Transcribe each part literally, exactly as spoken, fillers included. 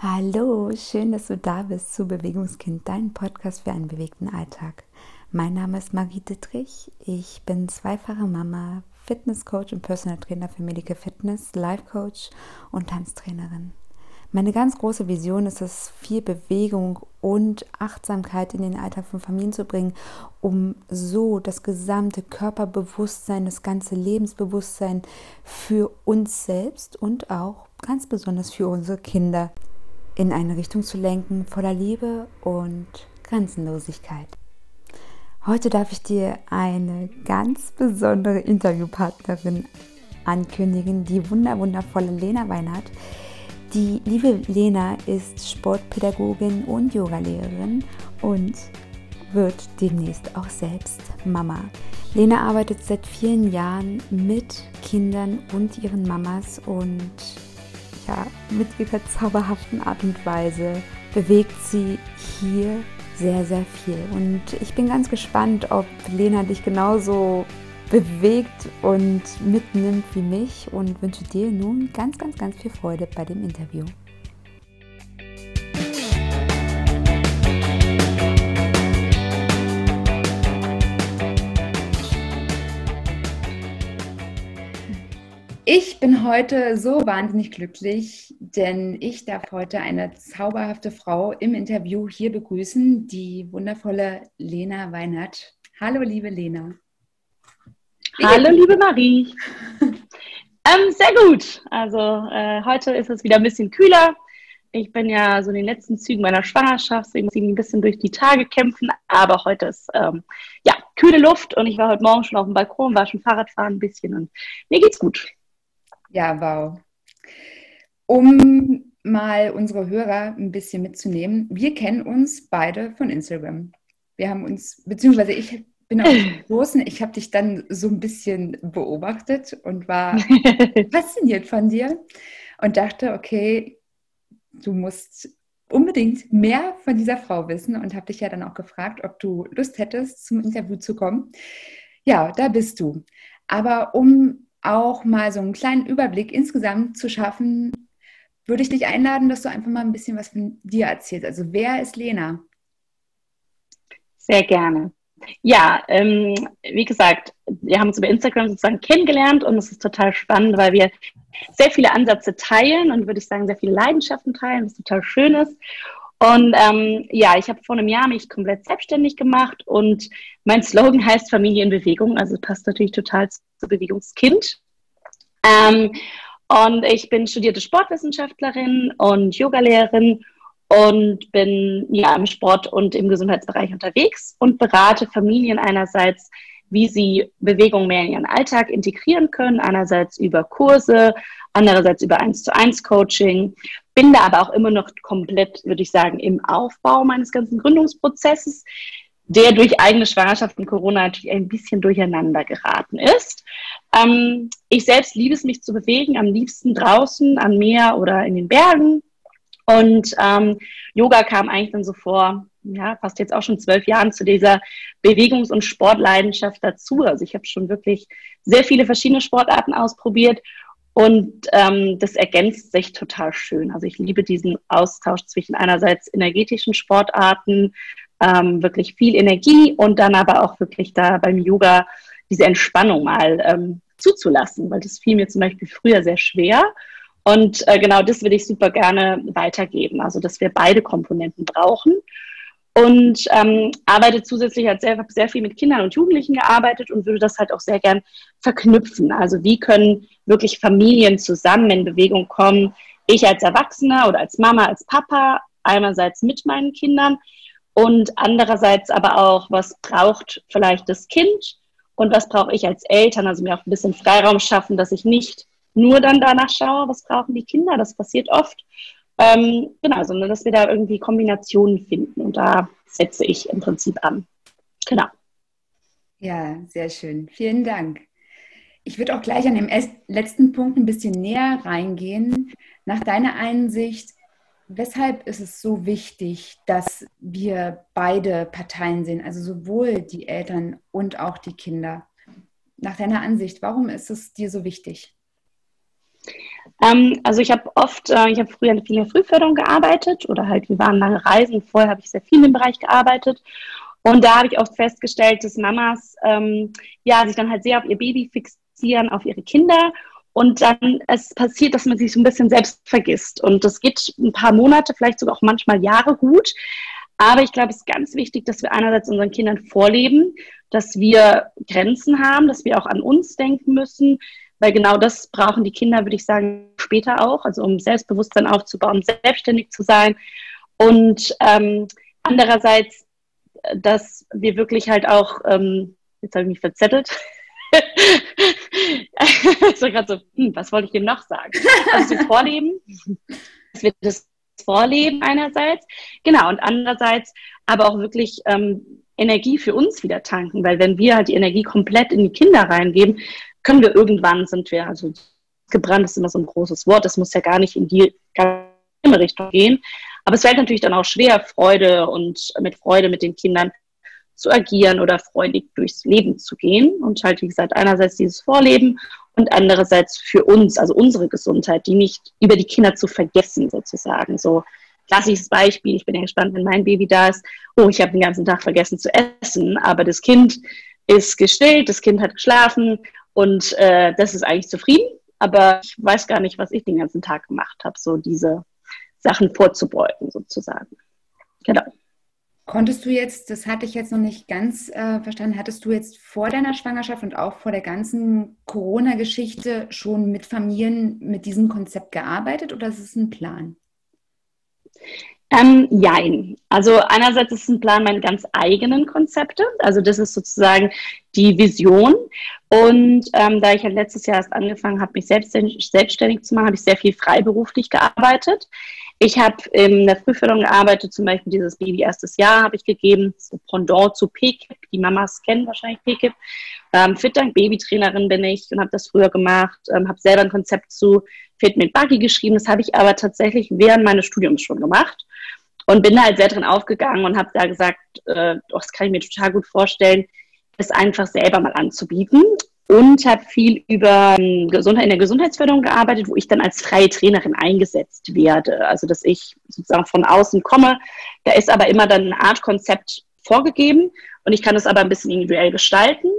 Hallo, schön, dass du da bist zu Bewegungskind, dein Podcast für einen bewegten Alltag. Mein Name ist Marie Dittrich, ich bin zweifache Mama, Fitnesscoach und Personal Trainer für Medical Fitness, Life Coach und Tanztrainerin. Meine ganz große Vision ist es, viel Bewegung und Achtsamkeit in den Alltag von Familien zu bringen, um so das gesamte Körperbewusstsein, das ganze Lebensbewusstsein für uns selbst und auch ganz besonders für unsere Kinder in eine Richtung zu lenken, voller Liebe und Grenzenlosigkeit. Heute darf ich dir eine ganz besondere Interviewpartnerin ankündigen, die wunderwundervolle Lena Weinert. Die liebe Lena ist Sportpädagogin und Yogalehrerin und wird demnächst auch selbst Mama. Lena arbeitet seit vielen Jahren mit Kindern und ihren Mamas und ja, mit ihrer zauberhaften Art und Weise bewegt sie hier sehr, sehr viel. Und ich bin ganz gespannt, ob Lena dich genauso bewegt und mitnimmt wie mich und wünsche dir nun ganz, ganz, ganz viel Freude bei dem Interview. Ich bin heute so wahnsinnig glücklich, denn ich darf heute eine zauberhafte Frau im Interview hier begrüßen, die wundervolle Lena Weinert. Hallo, liebe Lena. Hallo, liebe Marie. ähm, sehr gut. Also äh, heute ist es wieder ein bisschen kühler. Ich bin ja so in den letzten Zügen meiner Schwangerschaft, deswegen muss ich ein bisschen durch die Tage kämpfen. Aber heute ist ähm, ja kühle Luft und ich war heute Morgen schon auf dem Balkon, war schon Fahrradfahren ein bisschen und mir geht's gut. Ja, wow. Um mal unsere Hörer ein bisschen mitzunehmen, wir kennen uns beide von Instagram. Wir haben uns, beziehungsweise ich bin auf dich gestoßen, ich habe dich dann so ein bisschen beobachtet und war fasziniert von dir und dachte, okay, du musst unbedingt mehr von dieser Frau wissen und habe dich ja dann auch gefragt, ob du Lust hättest, zum Interview zu kommen. Ja, da bist du. Aber um auch mal so einen kleinen Überblick insgesamt zu schaffen, würde ich dich einladen, dass du einfach mal ein bisschen was von dir erzählst. Also wer ist Lena? Sehr gerne. Ja, ähm, wie gesagt, wir haben uns über Instagram sozusagen kennengelernt und es ist total spannend, weil wir sehr viele Ansätze teilen und würde ich sagen, sehr viele Leidenschaften teilen, was total schön ist. Und ähm, ja, ich habe vor einem Jahr mich komplett selbstständig gemacht und mein Slogan heißt Familie in Bewegung, also passt natürlich total zu Bewegungskind. Ähm, und ich bin studierte Sportwissenschaftlerin und Yogalehrerin und bin ja im Sport- und im Gesundheitsbereich unterwegs und berate Familien einerseits, wie sie Bewegung mehr in ihren Alltag integrieren können, einerseits über Kurse, andererseits über eins zu eins Coaching, bin da aber auch immer noch komplett, würde ich sagen, im Aufbau meines ganzen Gründungsprozesses, der durch eigene Schwangerschaft und Corona natürlich ein bisschen durcheinander geraten ist. Ähm, ich selbst liebe es, mich zu bewegen, am liebsten draußen, am Meer oder in den Bergen. Und ähm, Yoga kam eigentlich dann so vor, ja, fast jetzt auch schon zwölf Jahren zu dieser Bewegungs- und Sportleidenschaft dazu. Also ich habe schon wirklich sehr viele verschiedene Sportarten ausprobiert und ähm, das ergänzt sich total schön. Also ich liebe diesen Austausch zwischen einerseits energetischen Sportarten, ähm, wirklich viel Energie und dann aber auch wirklich da beim Yoga diese Entspannung mal ähm, zuzulassen, weil das fiel mir zum Beispiel früher sehr schwer. Und äh, genau das würde ich super gerne weitergeben, also dass wir beide Komponenten brauchen. Und ähm, arbeite zusätzlich halt sehr, sehr viel mit Kindern und Jugendlichen gearbeitet und würde das halt auch sehr gern verknüpfen. Also wie können wirklich Familien zusammen in Bewegung kommen? Ich als Erwachsener oder als Mama, als Papa, einerseits mit meinen Kindern und andererseits aber auch, was braucht vielleicht das Kind und was brauche ich als Eltern? Also mir auch ein bisschen Freiraum schaffen, dass ich nicht nur dann danach schaue, was brauchen die Kinder, das passiert oft. Ähm, genau, sondern dass wir da irgendwie Kombinationen finden und da setze ich im Prinzip an. Genau. Ja, sehr schön. Vielen Dank. Ich würde auch gleich an dem letzten Punkt ein bisschen näher reingehen. Nach deiner Einsicht, weshalb ist es so wichtig, dass wir beide Parteien sehen, also sowohl die Eltern und auch die Kinder? Nach deiner Ansicht, warum ist es dir so wichtig? Ähm, also ich habe oft, äh, ich habe früher in der Frühförderung gearbeitet oder halt, wir waren lange reisen. Vorher habe ich sehr viel im Bereich gearbeitet. Und da habe ich oft festgestellt, dass Mamas ähm, ja, sich dann halt sehr auf ihr Baby fixieren, auf ihre Kinder. Und dann es passiert, dass man sich so ein bisschen selbst vergisst. Und das geht ein paar Monate, vielleicht sogar auch manchmal Jahre gut. Aber ich glaube, es ist ganz wichtig, dass wir einerseits unseren Kindern vorleben, dass wir Grenzen haben, dass wir auch an uns denken müssen, weil genau das brauchen die Kinder, würde ich sagen, später auch, also um Selbstbewusstsein aufzubauen, selbstständig zu sein. Und ähm, andererseits, dass wir wirklich halt auch, ähm, jetzt habe ich mich verzettelt, so gerade so, hm, was wollte ich denn noch sagen? Also so vorleben, dass wir das vorleben einerseits, genau, und andererseits aber auch wirklich ähm, Energie für uns wieder tanken, weil wenn wir halt die Energie komplett in die Kinder reingeben, können wir irgendwann, sind wir, also gebrannt ist immer so ein großes Wort, das muss ja gar nicht in die Richtung gehen, aber es fällt natürlich dann auch schwer, Freude und mit Freude mit den Kindern zu agieren oder freudig durchs Leben zu gehen und halt, wie gesagt, einerseits dieses Vorleben und andererseits für uns, also unsere Gesundheit, die nicht über die Kinder zu vergessen sozusagen. So klassisches Beispiel, ich bin ja gespannt, wenn mein Baby da ist, oh, ich habe den ganzen Tag vergessen zu essen, aber das Kind ist gestillt, das Kind hat geschlafen und äh, das ist eigentlich zufrieden, aber ich weiß gar nicht, was ich den ganzen Tag gemacht habe, so diese Sachen vorzubeugen sozusagen. Genau. Konntest du jetzt, das hatte ich jetzt noch nicht ganz äh, verstanden, hattest du jetzt vor deiner Schwangerschaft und auch vor der ganzen Corona-Geschichte schon mit Familien mit diesem Konzept gearbeitet oder ist es ein Plan? Ähm, jein. Also einerseits ist es ein Plan meiner ganz eigenen Konzepte. Also das ist sozusagen die Vision. Und ähm, da ich halt letztes Jahr erst angefangen habe, mich selbstständig, selbstständig zu machen, habe ich sehr viel freiberuflich gearbeitet. Ich habe in der Frühförderung gearbeitet, zum Beispiel dieses Baby erstes Jahr habe ich gegeben, so Pendant zu P K I P. Die Mamas kennen wahrscheinlich P K I P. Ähm, Fit-Dank Babytrainerin bin ich und habe das früher gemacht, ähm, habe selber ein Konzept zu Fit mit Buggy geschrieben. Das habe ich aber tatsächlich während meines Studiums schon gemacht. Und bin da halt sehr drin aufgegangen und habe da gesagt, äh, doch, das kann ich mir total gut vorstellen, es einfach selber mal anzubieten. Und habe viel über Gesundheit, in der Gesundheitsförderung gearbeitet, wo ich dann als freie Trainerin eingesetzt werde. Also dass ich sozusagen von außen komme. Da ist aber immer dann eine Art Konzept vorgegeben und ich kann das aber ein bisschen individuell gestalten.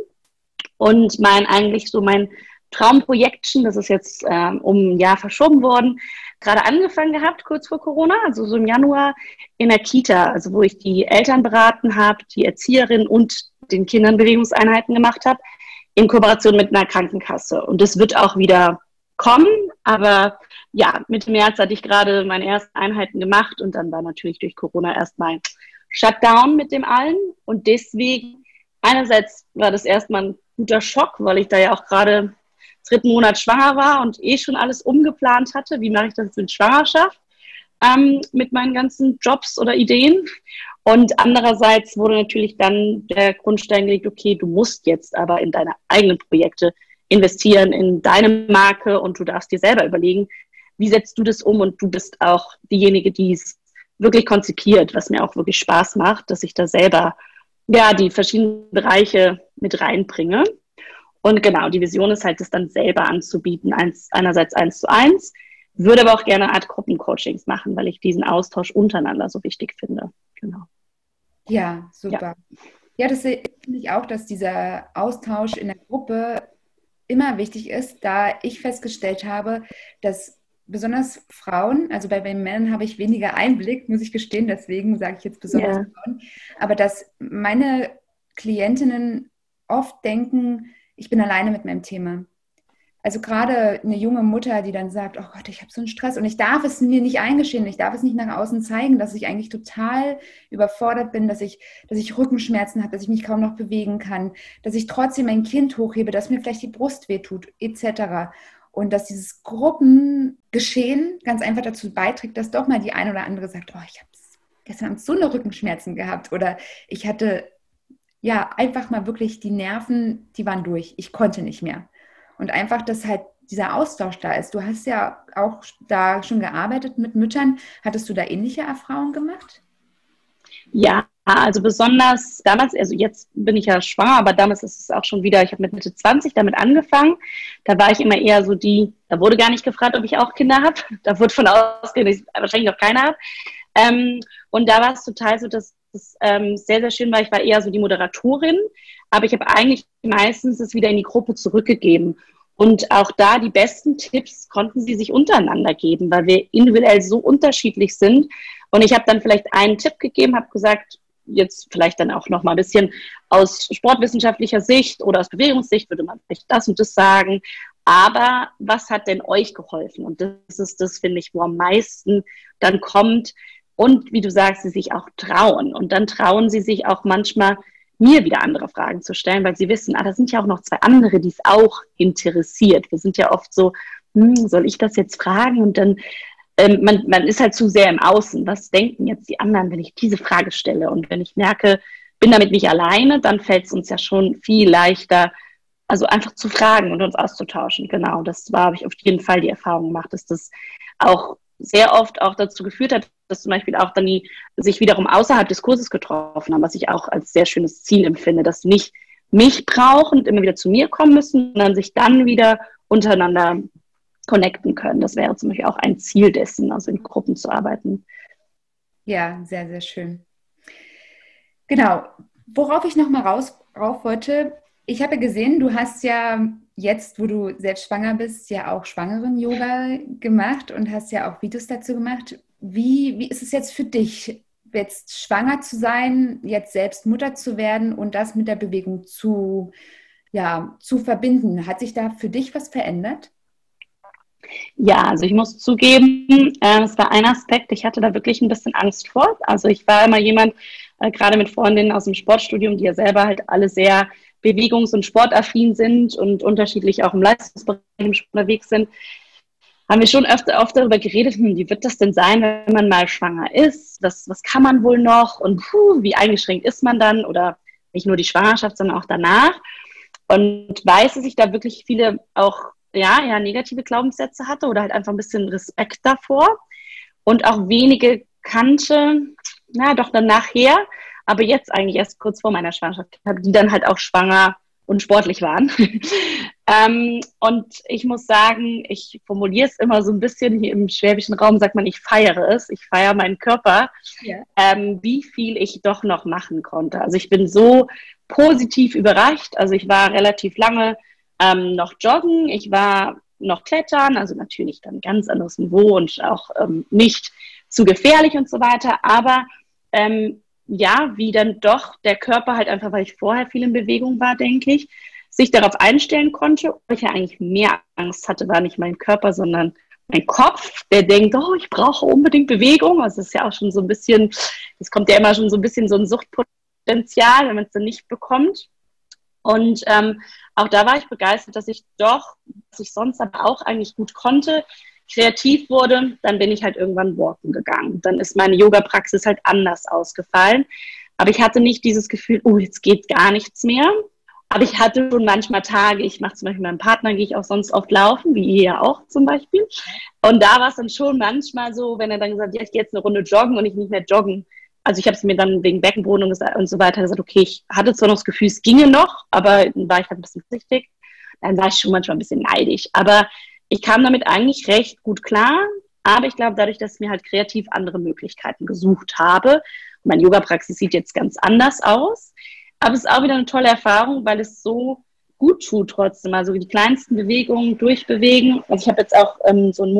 Und mein eigentlich so mein Traumprojektchen, das ist jetzt ähm, um ein Jahr verschoben worden, gerade angefangen gehabt, kurz vor Corona, also so im Januar in der Kita, also wo ich die Eltern beraten habe, die Erzieherin und den Kindern Bewegungseinheiten gemacht habe, in Kooperation mit einer Krankenkasse. Und das wird auch wieder kommen, aber ja, Mitte März hatte ich gerade meine ersten Einheiten gemacht und dann war natürlich durch Corona erstmal Shutdown mit dem allen und deswegen einerseits war das erstmal ein guter Schock, weil ich da ja auch gerade dritten Monat schwanger war und eh schon alles umgeplant hatte. Wie mache ich das jetzt mit Schwangerschaft? Ähm, mit meinen ganzen Jobs oder Ideen. Und andererseits wurde natürlich dann der Grundstein gelegt, okay, du musst jetzt aber in deine eigenen Projekte investieren, in deine Marke und du darfst dir selber überlegen, wie setzt du das um und du bist auch diejenige, die es wirklich konzipiert, was mir auch wirklich Spaß macht, dass ich da selber ja die verschiedenen Bereiche mit reinbringe. Und genau, die Vision ist halt, das dann selber anzubieten, eins, einerseits eins zu eins, würde aber auch gerne eine Art Gruppencoachings machen, weil ich diesen Austausch untereinander so wichtig finde. Genau. Ja, super. Ja, ja, das finde ich auch, dass dieser Austausch in der Gruppe immer wichtig ist, da ich festgestellt habe, dass besonders Frauen, also bei den Männern habe ich weniger Einblick, muss ich gestehen, deswegen sage ich jetzt besonders ja. Frauen, aber dass meine Klientinnen oft denken, ich bin alleine mit meinem Thema. Also gerade eine junge Mutter, die dann sagt, oh Gott, ich habe so einen Stress und ich darf es mir nicht eingestehen, ich darf es nicht nach außen zeigen, dass ich eigentlich total überfordert bin, dass ich, dass ich Rückenschmerzen habe, dass ich mich kaum noch bewegen kann, dass ich trotzdem mein Kind hochhebe, dass mir vielleicht die Brust wehtut, et cetera. Und dass dieses Gruppengeschehen ganz einfach dazu beiträgt, dass doch mal die eine oder andere sagt, oh, ich habe gestern Abend so eine Rückenschmerzen gehabt oder ich hatte ja einfach mal wirklich die Nerven, die waren durch, ich konnte nicht mehr. Und einfach, dass halt dieser Austausch da ist. Du hast ja auch da schon gearbeitet mit Müttern. Hattest du da ähnliche Erfahrungen gemacht? Ja, also besonders damals, also jetzt bin ich ja schwanger, aber damals ist es auch schon wieder, ich habe mit Mitte zwanzig damit angefangen. Da war ich immer eher so die, da wurde gar nicht gefragt, ob ich auch Kinder habe. Da wurde von ausgehen, dass ich wahrscheinlich auch keine habe. Ähm, und da war es total so, dass es ähm, sehr, sehr schön war. Ich war eher so die Moderatorin, aber ich habe eigentlich meistens es wieder in die Gruppe zurückgegeben. Und auch da die besten Tipps konnten sie sich untereinander geben, weil wir individuell so unterschiedlich sind. Und ich habe dann vielleicht einen Tipp gegeben, habe gesagt, jetzt vielleicht dann auch noch mal ein bisschen aus sportwissenschaftlicher Sicht oder aus Bewegungssicht würde man vielleicht das und das sagen. Aber was hat denn euch geholfen? Und das ist das, finde ich, wo am meisten dann kommt. Und wie du sagst, sie sich auch trauen. Und dann trauen sie sich auch manchmal, mir wieder andere Fragen zu stellen, weil sie wissen, ah, da sind ja auch noch zwei andere, die es auch interessiert. Wir sind ja oft so, hm, soll ich das jetzt fragen? Und dann, ähm, man, man ist halt zu sehr im Außen. Was denken jetzt die anderen, wenn ich diese Frage stelle? Und wenn ich merke, bin damit nicht alleine, dann fällt es uns ja schon viel leichter, also einfach zu fragen und uns auszutauschen. Genau, das war, habe ich auf jeden Fall die Erfahrung gemacht, dass das auch sehr oft auch dazu geführt hat, dass zum Beispiel auch dann die sich wiederum außerhalb des Kurses getroffen haben, was ich auch als sehr schönes Ziel empfinde, dass sie nicht mich brauchen und immer wieder zu mir kommen müssen, sondern sich dann wieder untereinander connecten können. Das wäre zum Beispiel auch ein Ziel dessen, also in Gruppen zu arbeiten. Ja, sehr, sehr schön. Genau. Worauf ich nochmal raus, rauf wollte, ich habe gesehen, du hast ja jetzt, wo du selbst schwanger bist, ja auch Schwangeren-Yoga gemacht und hast ja auch Videos dazu gemacht. Wie, wie ist es jetzt für dich, jetzt schwanger zu sein, jetzt selbst Mutter zu werden und das mit der Bewegung zu, ja, zu verbinden? Hat sich da für dich was verändert? Ja, also ich muss zugeben, äh, es war ein Aspekt, ich hatte da wirklich ein bisschen Angst vor. Also ich war immer jemand, äh, gerade mit Freundinnen aus dem Sportstudium, die ja selber halt alle sehr bewegungs- und sportaffin sind und unterschiedlich auch im Leistungsbereich unterwegs sind, haben wir schon öfter oft darüber geredet, hm, wie wird das denn sein, wenn man mal schwanger ist? Was, was kann man wohl noch? Und puh, wie eingeschränkt ist man dann? Oder nicht nur die Schwangerschaft, sondern auch danach. Und weiß, dass ich da wirklich viele auch ja, eher negative Glaubenssätze hatte oder halt einfach ein bisschen Respekt davor und auch wenige kannte, na doch dann nachher, aber jetzt eigentlich erst kurz vor meiner Schwangerschaft, die dann halt auch schwanger und sportlich waren. ähm, und ich muss sagen, ich formuliere es immer so ein bisschen, hier im schwäbischen Raum sagt man, ich feiere es, ich feiere meinen Körper, ja. ähm, wie viel ich doch noch machen konnte. Also ich bin so positiv überrascht, also ich war relativ lange ähm, noch joggen, ich war noch klettern, also natürlich dann ganz anderes Niveau und auch ähm, nicht zu gefährlich und so weiter, aber ähm, ja, wie dann doch der Körper halt einfach, weil ich vorher viel in Bewegung war, denke ich, sich darauf einstellen konnte. Weil ich ja eigentlich mehr Angst hatte, war nicht mein Körper, sondern mein Kopf, der denkt, oh, ich brauche unbedingt Bewegung. Also das ist ja auch schon so ein bisschen, das kommt ja immer schon so ein bisschen so ein Suchtpotenzial, wenn man es dann nicht bekommt. Und ähm, auch da war ich begeistert, dass ich doch, was ich sonst aber auch eigentlich gut konnte, kreativ wurde, dann bin ich halt irgendwann walken gegangen. Dann ist meine Yoga-Praxis halt anders ausgefallen. Aber ich hatte nicht dieses Gefühl, oh, jetzt geht gar nichts mehr. Aber ich hatte schon manchmal Tage, ich mache zum Beispiel mit meinem Partner, gehe ich auch sonst oft laufen, wie ihr ja auch zum Beispiel. Und da war es dann schon manchmal so, wenn er dann gesagt hat, ja, ich gehe jetzt eine Runde joggen und ich nicht mehr joggen. Also ich habe es mir dann wegen Beckenboden und so weiter gesagt, okay, ich hatte zwar noch das Gefühl, es ginge noch, aber dann war ich halt ein bisschen vorsichtig. Dann war ich schon manchmal ein bisschen neidisch. Aber ich kam damit eigentlich recht gut klar, aber ich glaube, dadurch, dass ich mir halt kreativ andere Möglichkeiten gesucht habe, meine Yoga-Praxis sieht jetzt ganz anders aus, aber es ist auch wieder eine tolle Erfahrung, weil es so gut tut trotzdem, also die kleinsten Bewegungen durchbewegen. Also ich habe jetzt auch ähm, so einen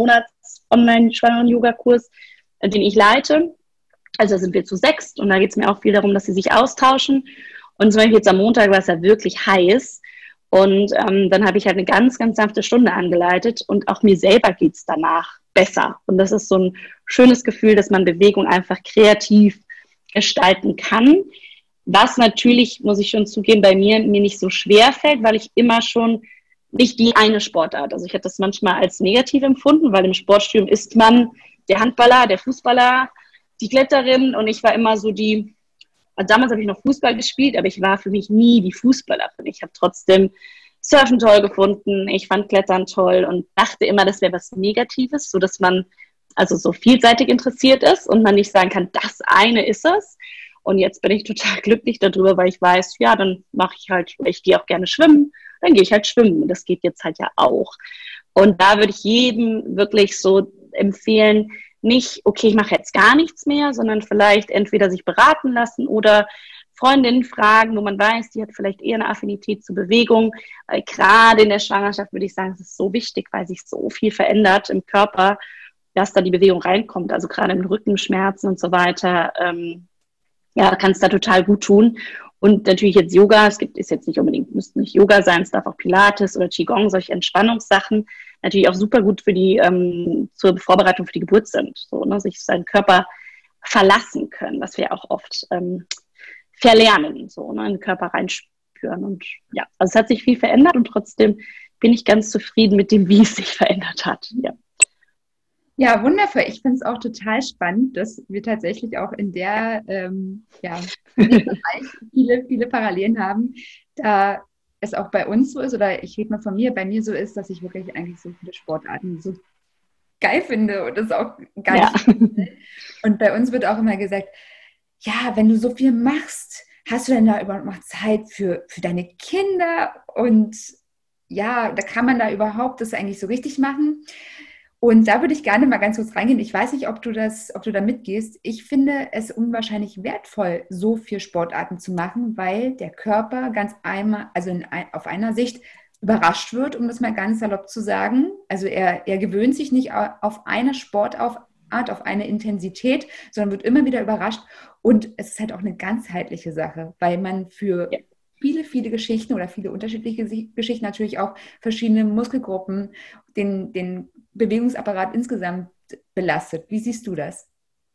Monats-Online-Schwangeren-Yoga-Kurs, äh, den ich leite. Also da sind wir zu sechst und da geht es mir auch viel darum, dass sie sich austauschen. Und zum Beispiel jetzt am Montag war es ja wirklich heiß. Und ähm, dann habe ich halt eine ganz, ganz sanfte Stunde angeleitet und auch mir selber geht es danach besser. Und das ist so ein schönes Gefühl, dass man Bewegung einfach kreativ gestalten kann. Was natürlich, muss ich schon zugeben, bei mir mir nicht so schwer fällt, weil ich immer schon nicht die eine Sportart, also ich habe das manchmal als negativ empfunden, weil im Sportstudium ist man der Handballer, der Fußballer, die Kletterin und ich war immer so die, also damals habe ich noch Fußball gespielt, aber ich war für mich nie die Fußballerin. Ich habe trotzdem Surfen toll gefunden, ich fand Klettern toll und dachte immer, das wäre was Negatives, sodass man also so vielseitig interessiert ist und man nicht sagen kann, das eine ist es. Und jetzt bin ich total glücklich darüber, weil ich weiß, ja, dann mache ich halt, ich gehe auch gerne schwimmen, dann gehe ich halt schwimmen. Und das geht jetzt halt ja auch. Und da würde ich jedem wirklich so empfehlen, nicht, okay, ich mache jetzt gar nichts mehr, sondern vielleicht entweder sich beraten lassen oder Freundinnen fragen, wo man weiß, die hat vielleicht eher eine Affinität zur Bewegung. Weil gerade in der Schwangerschaft würde ich sagen, es ist so wichtig, weil sich so viel verändert im Körper, dass da die Bewegung reinkommt. Also gerade im Rückenschmerzen und so weiter, ähm, ja, kann es da total gut tun. Und natürlich jetzt Yoga, es gibt, ist jetzt nicht unbedingt, müsste nicht Yoga sein, es darf auch Pilates oder Qigong, solche Entspannungssachen, natürlich auch super gut für die, ähm, zur Vorbereitung für die Geburt sind, so, ne, sich seinen Körper verlassen können, was wir auch oft ähm, verlernen, so, ne, in den Körper reinspüren. Und ja, also es hat sich viel verändert und trotzdem bin ich ganz zufrieden mit dem, wie es sich verändert hat, ja. Ja, wundervoll. Ich finde es auch total spannend, dass wir tatsächlich auch in der, ähm, ja, in dem Bereich viele, viele Parallelen haben, da es auch bei uns so ist, oder ich rede mal von mir, bei mir so ist, dass ich wirklich eigentlich so viele Sportarten so geil finde und das auch gar Ja. nicht finde. Und bei uns wird auch immer gesagt, ja, wenn du so viel machst, hast du denn da überhaupt noch Zeit für, für deine Kinder? Und ja, da kann man da überhaupt das eigentlich so richtig machen? Und da würde ich gerne mal ganz kurz reingehen. Ich weiß nicht, ob du das, ob du da mitgehst. Ich finde es unwahrscheinlich wertvoll, so viel Sportarten zu machen, weil der Körper ganz einmal, also in, auf einer Sicht überrascht wird, um das mal ganz salopp zu sagen. Also er, er gewöhnt sich nicht auf eine Sportart, auf eine Intensität, sondern wird immer wieder überrascht. Und es ist halt auch eine ganzheitliche Sache, weil man für ja. viele, viele Geschichten oder viele unterschiedliche Geschichten natürlich auch verschiedene Muskelgruppen, den, den Bewegungsapparat insgesamt belastet. Wie siehst du das?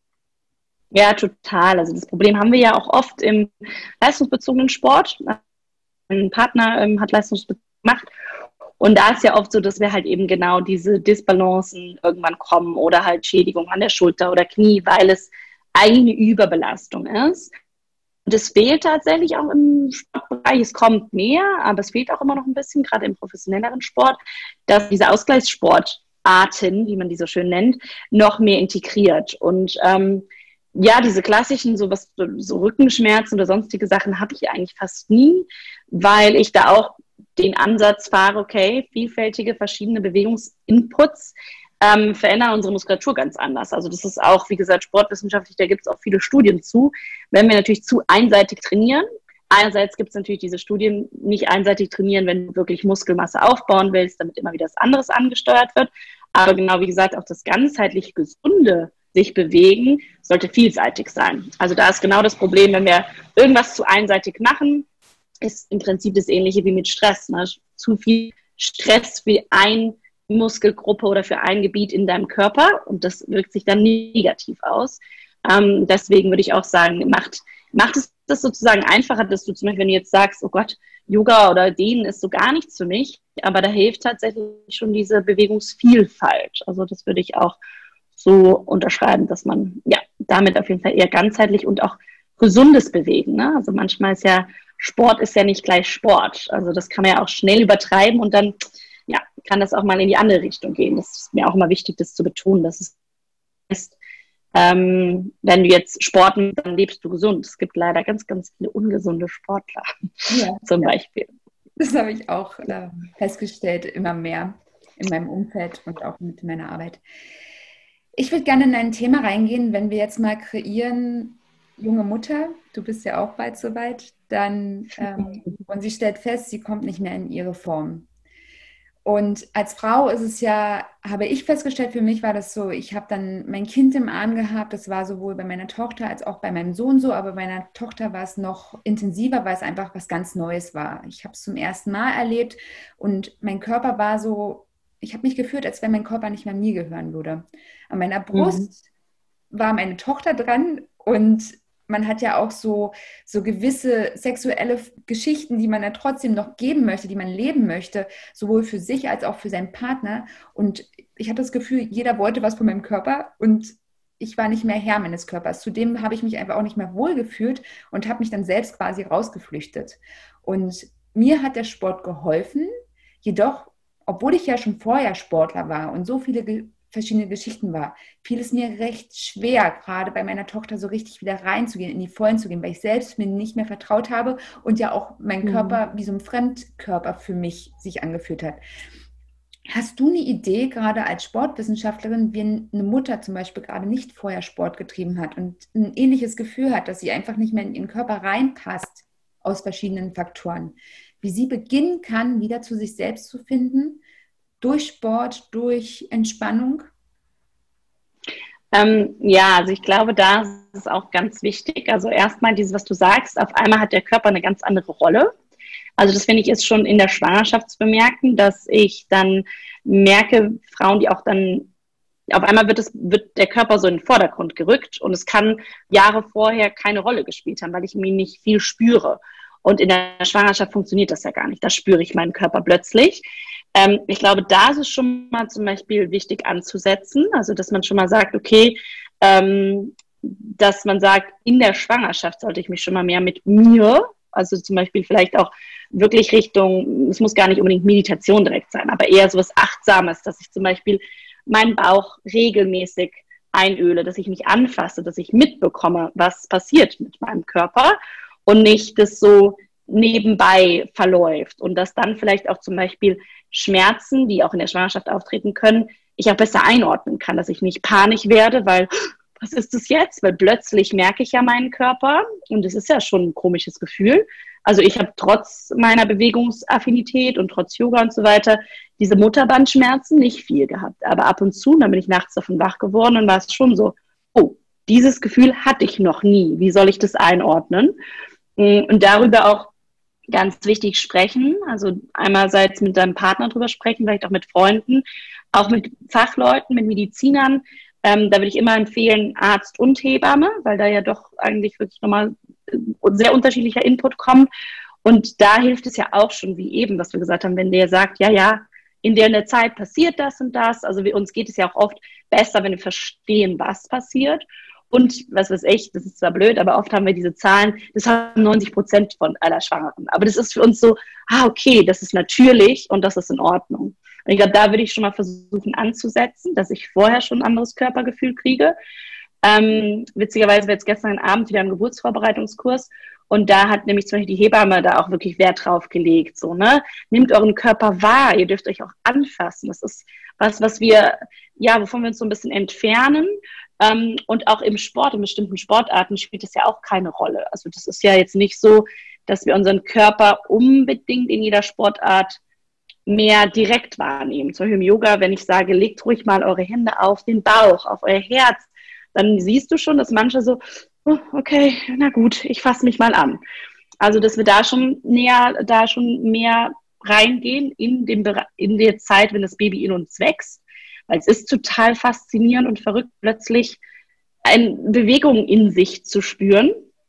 Ja, total. Also das Problem haben wir ja auch oft im leistungsbezogenen Sport. Ein Partner ähm, hat leistungsbezogen gemacht. Und da ist ja oft so, dass wir halt eben genau diese Disbalancen irgendwann kommen oder halt Schädigung an der Schulter oder Knie, weil es eine Überbelastung ist. Und es fehlt tatsächlich auch im Sportbereich. Es kommt mehr, aber es fehlt auch immer noch ein bisschen, gerade im professionelleren Sport, dass diese Ausgleichssportarten, wie man die so schön nennt, noch mehr integriert. Und ähm, ja, diese klassischen, so was, so Rückenschmerzen oder sonstige Sachen habe ich eigentlich fast nie, weil ich da auch den Ansatz fahre, okay, vielfältige verschiedene Bewegungsinputs ähm, verändern unsere Muskulatur ganz anders. Also das ist auch, wie gesagt, sportwissenschaftlich, da gibt es auch viele Studien zu. Wenn wir natürlich zu einseitig trainieren, einerseits gibt es natürlich diese Studien, nicht einseitig trainieren, wenn du wirklich Muskelmasse aufbauen willst, damit immer wieder was anderes angesteuert wird. Aber genau wie gesagt, auch das ganzheitlich Gesunde sich bewegen, sollte vielseitig sein. Also da ist genau das Problem, wenn wir irgendwas zu einseitig machen, ist im Prinzip das Ähnliche wie mit Stress. Ne? Zu viel Stress für eine Muskelgruppe oder für ein Gebiet in deinem Körper und das wirkt sich dann negativ aus. Ähm, deswegen würde ich auch sagen, macht, macht es das sozusagen einfacher, dass du zum Beispiel, wenn du jetzt sagst, oh Gott, Yoga oder Dehnen ist so gar nichts für mich, aber da hilft tatsächlich schon diese Bewegungsvielfalt. Also das würde ich auch so unterschreiben, dass man ja damit auf jeden Fall eher ganzheitlich und auch gesundes Bewegen. Ne? Also manchmal ist ja Sport ist ja nicht gleich Sport. Also das kann man ja auch schnell übertreiben und dann ja, kann das auch mal in die andere Richtung gehen. Das ist mir auch immer wichtig, das zu betonen, dass es ist, ähm, wenn du jetzt Sporten, dann lebst du gesund. Es gibt leider ganz, ganz viele ungesunde Sportler, ja, zum ja. Beispiel. Das habe ich auch äh, festgestellt, immer mehr in meinem Umfeld und auch mit meiner Arbeit. Ich würde gerne in ein Thema reingehen, wenn wir jetzt mal kreieren, junge Mutter, du bist ja auch bald soweit, dann ähm, und sie stellt fest, sie kommt nicht mehr in ihre Form. Und als Frau ist es ja, habe ich festgestellt, für mich war das so, ich habe dann mein Kind im Arm gehabt, das war sowohl bei meiner Tochter als auch bei meinem Sohn so, aber bei meiner Tochter war es noch intensiver, weil es einfach was ganz Neues war. Ich habe es zum ersten Mal erlebt und mein Körper war so, ich habe mich gefühlt, als wenn mein Körper nicht mehr mir gehören würde. An meiner Brust mhm. war meine Tochter dran und man hat ja auch so, so gewisse sexuelle Geschichten, die man ja trotzdem noch geben möchte, die man leben möchte, sowohl für sich als auch für seinen Partner. Und ich hatte das Gefühl, jeder wollte was von meinem Körper und ich war nicht mehr Herr meines Körpers. Zudem habe ich mich einfach auch nicht mehr wohlgefühlt und habe mich dann selbst quasi rausgeflüchtet. Und mir hat der Sport geholfen, jedoch, obwohl ich ja schon vorher Sportler war und so viele verschiedene Geschichten war, fiel es mir recht schwer, gerade bei meiner Tochter so richtig wieder reinzugehen, in die Vollen zu gehen, weil ich selbst mir nicht mehr vertraut habe und ja auch mein Körper Mhm. wie so ein Fremdkörper für mich sich angefühlt hat. Hast du eine Idee, gerade als Sportwissenschaftlerin, wie eine Mutter zum Beispiel gerade nicht vorher Sport getrieben hat und ein ähnliches Gefühl hat, dass sie einfach nicht mehr in ihren Körper reinpasst aus verschiedenen Faktoren, wie sie beginnen kann, wieder zu sich selbst zu finden, durch Sport, durch Entspannung? Ähm, ja, also ich glaube, da ist es auch ganz wichtig. Also erstmal dieses, was du sagst, auf einmal hat der Körper eine ganz andere Rolle. Also das finde ich ist schon in der Schwangerschaft zu bemerken, dass ich dann merke, Frauen, die auch dann, auf einmal wird, es, wird der Körper so in den Vordergrund gerückt und es kann Jahre vorher keine Rolle gespielt haben, weil ich mir nicht viel spüre. Und in der Schwangerschaft funktioniert das ja gar nicht. Da spüre ich meinen Körper plötzlich. Ähm, ich glaube, da ist es schon mal zum Beispiel wichtig anzusetzen, also dass man schon mal sagt, okay, ähm, dass man sagt, in der Schwangerschaft sollte ich mich schon mal mehr mit mir, also zum Beispiel vielleicht auch wirklich Richtung, es muss gar nicht unbedingt Meditation direkt sein, aber eher so was Achtsames, dass ich zum Beispiel meinen Bauch regelmäßig einöle, dass ich mich anfasse, dass ich mitbekomme, was passiert mit meinem Körper und nicht das so nebenbei verläuft und dass dann vielleicht auch zum Beispiel Schmerzen, die auch in der Schwangerschaft auftreten können, ich auch besser einordnen kann, dass ich nicht panisch werde, weil was ist das jetzt? Weil plötzlich merke ich ja meinen Körper und es ist ja schon ein komisches Gefühl. Also ich habe trotz meiner Bewegungsaffinität und trotz Yoga und so weiter diese Mutterbandschmerzen nicht viel gehabt. Aber ab und zu, dann bin ich nachts davon wach geworden und war es schon so, oh, dieses Gefühl hatte ich noch nie. Wie soll ich das einordnen? Und darüber auch ganz wichtig sprechen. Also einerseits mit deinem Partner drüber sprechen, vielleicht auch mit Freunden, auch mit Fachleuten, mit Medizinern. Ähm, da würde ich immer empfehlen, Arzt und Hebamme, weil da ja doch eigentlich wirklich nochmal sehr unterschiedlicher Input kommt. Und da hilft es ja auch schon, wie eben, was wir gesagt haben, wenn der sagt, ja, ja, in der, in der Zeit passiert das und das. Also wir, uns geht es ja auch oft besser, wenn wir verstehen, was passiert. Und was weiß ich, das ist zwar blöd, aber oft haben wir diese Zahlen, das haben neunzig Prozent von aller Schwangeren. Aber das ist für uns so, ah, okay, das ist natürlich und das ist in Ordnung. Und ich glaube, da würde ich schon mal versuchen anzusetzen, dass ich vorher schon ein anderes Körpergefühl kriege. Ähm, witzigerweise war jetzt gestern Abend wieder im Geburtsvorbereitungskurs und da hat nämlich zum Beispiel die Hebamme da auch wirklich Wert drauf gelegt. So, ne? Nehmt euren Körper wahr, ihr dürft euch auch anfassen. Das ist was, was wir, ja, wovon wir uns so ein bisschen entfernen. Ähm, und auch im Sport, in bestimmten Sportarten spielt das ja auch keine Rolle. Also das ist ja jetzt nicht so, dass wir unseren Körper unbedingt in jeder Sportart mehr direkt wahrnehmen. Zum Beispiel im Yoga, wenn ich sage, legt ruhig mal eure Hände auf den Bauch, auf euer Herz, dann siehst du schon, dass manche so, oh, okay, na gut, ich fasse mich mal an. Also, dass wir da schon näher, da schon mehr reingehen in, dem, in der Zeit, wenn das Baby in uns wächst. Weil es ist total faszinierend und verrückt, plötzlich eine Bewegung in sich zu spüren.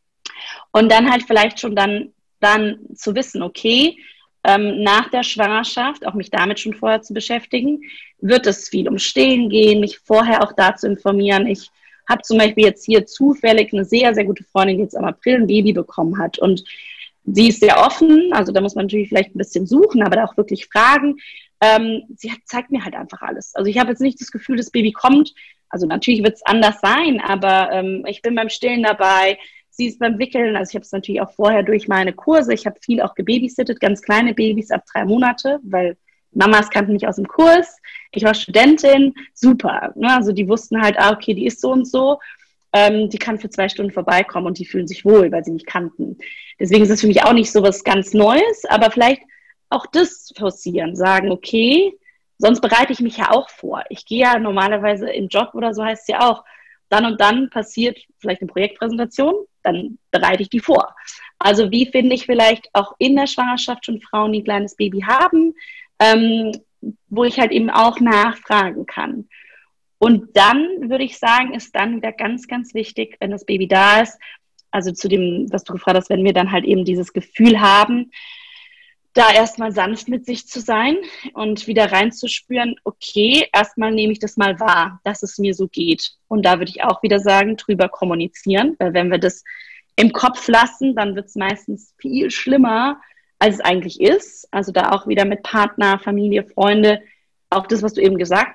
Und dann halt vielleicht schon dann, dann zu wissen, okay, ähm, nach der Schwangerschaft, auch mich damit schon vorher zu beschäftigen, wird es viel um Stillen gehen, mich vorher auch dazu informieren. Ich habe zum Beispiel jetzt hier zufällig eine sehr, sehr gute Freundin, die jetzt im April ein Baby bekommen hat. Und sie ist sehr offen, also da muss man natürlich vielleicht ein bisschen suchen, aber da auch wirklich fragen. Ähm, sie hat, zeigt mir halt einfach alles. Also ich habe jetzt nicht das Gefühl, das Baby kommt. Also natürlich wird es anders sein, aber ähm, ich bin beim Stillen dabei. Sie ist beim Wickeln. Also ich habe es natürlich auch vorher durch meine Kurse. Ich habe viel auch gebabysittet, ganz kleine Babys ab drei Monate, weil Mamas kannten mich aus dem Kurs. Ich war Studentin, super. Ne? Also die wussten halt, ah, okay, die ist so und so. Ähm, die kann für zwei Stunden vorbeikommen und die fühlen sich wohl, weil sie mich kannten. Deswegen ist es für mich auch nicht so was ganz Neues, aber vielleicht auch das forcieren, sagen, okay, sonst bereite ich mich ja auch vor. Ich gehe ja normalerweise im Job oder so heißt es ja auch, dann und dann passiert vielleicht eine Projektpräsentation, dann bereite ich die vor. Also wie finde ich vielleicht auch in der Schwangerschaft schon Frauen, die ein kleines Baby haben, ähm, wo ich halt eben auch nachfragen kann. Und dann würde ich sagen, ist dann wieder ganz, ganz wichtig, wenn das Baby da ist, also zu dem, was du gefragt hast, wenn wir dann halt eben dieses Gefühl haben, da erstmal sanft mit sich zu sein und wieder reinzuspüren, okay, erstmal nehme ich das mal wahr, dass es mir so geht. Und da würde ich auch wieder sagen, drüber kommunizieren, weil wenn wir das im Kopf lassen, dann wird es meistens viel schlimmer, als es eigentlich ist. Also da auch wieder mit Partner, Familie, Freunde, auch das, was du eben gesagt hast,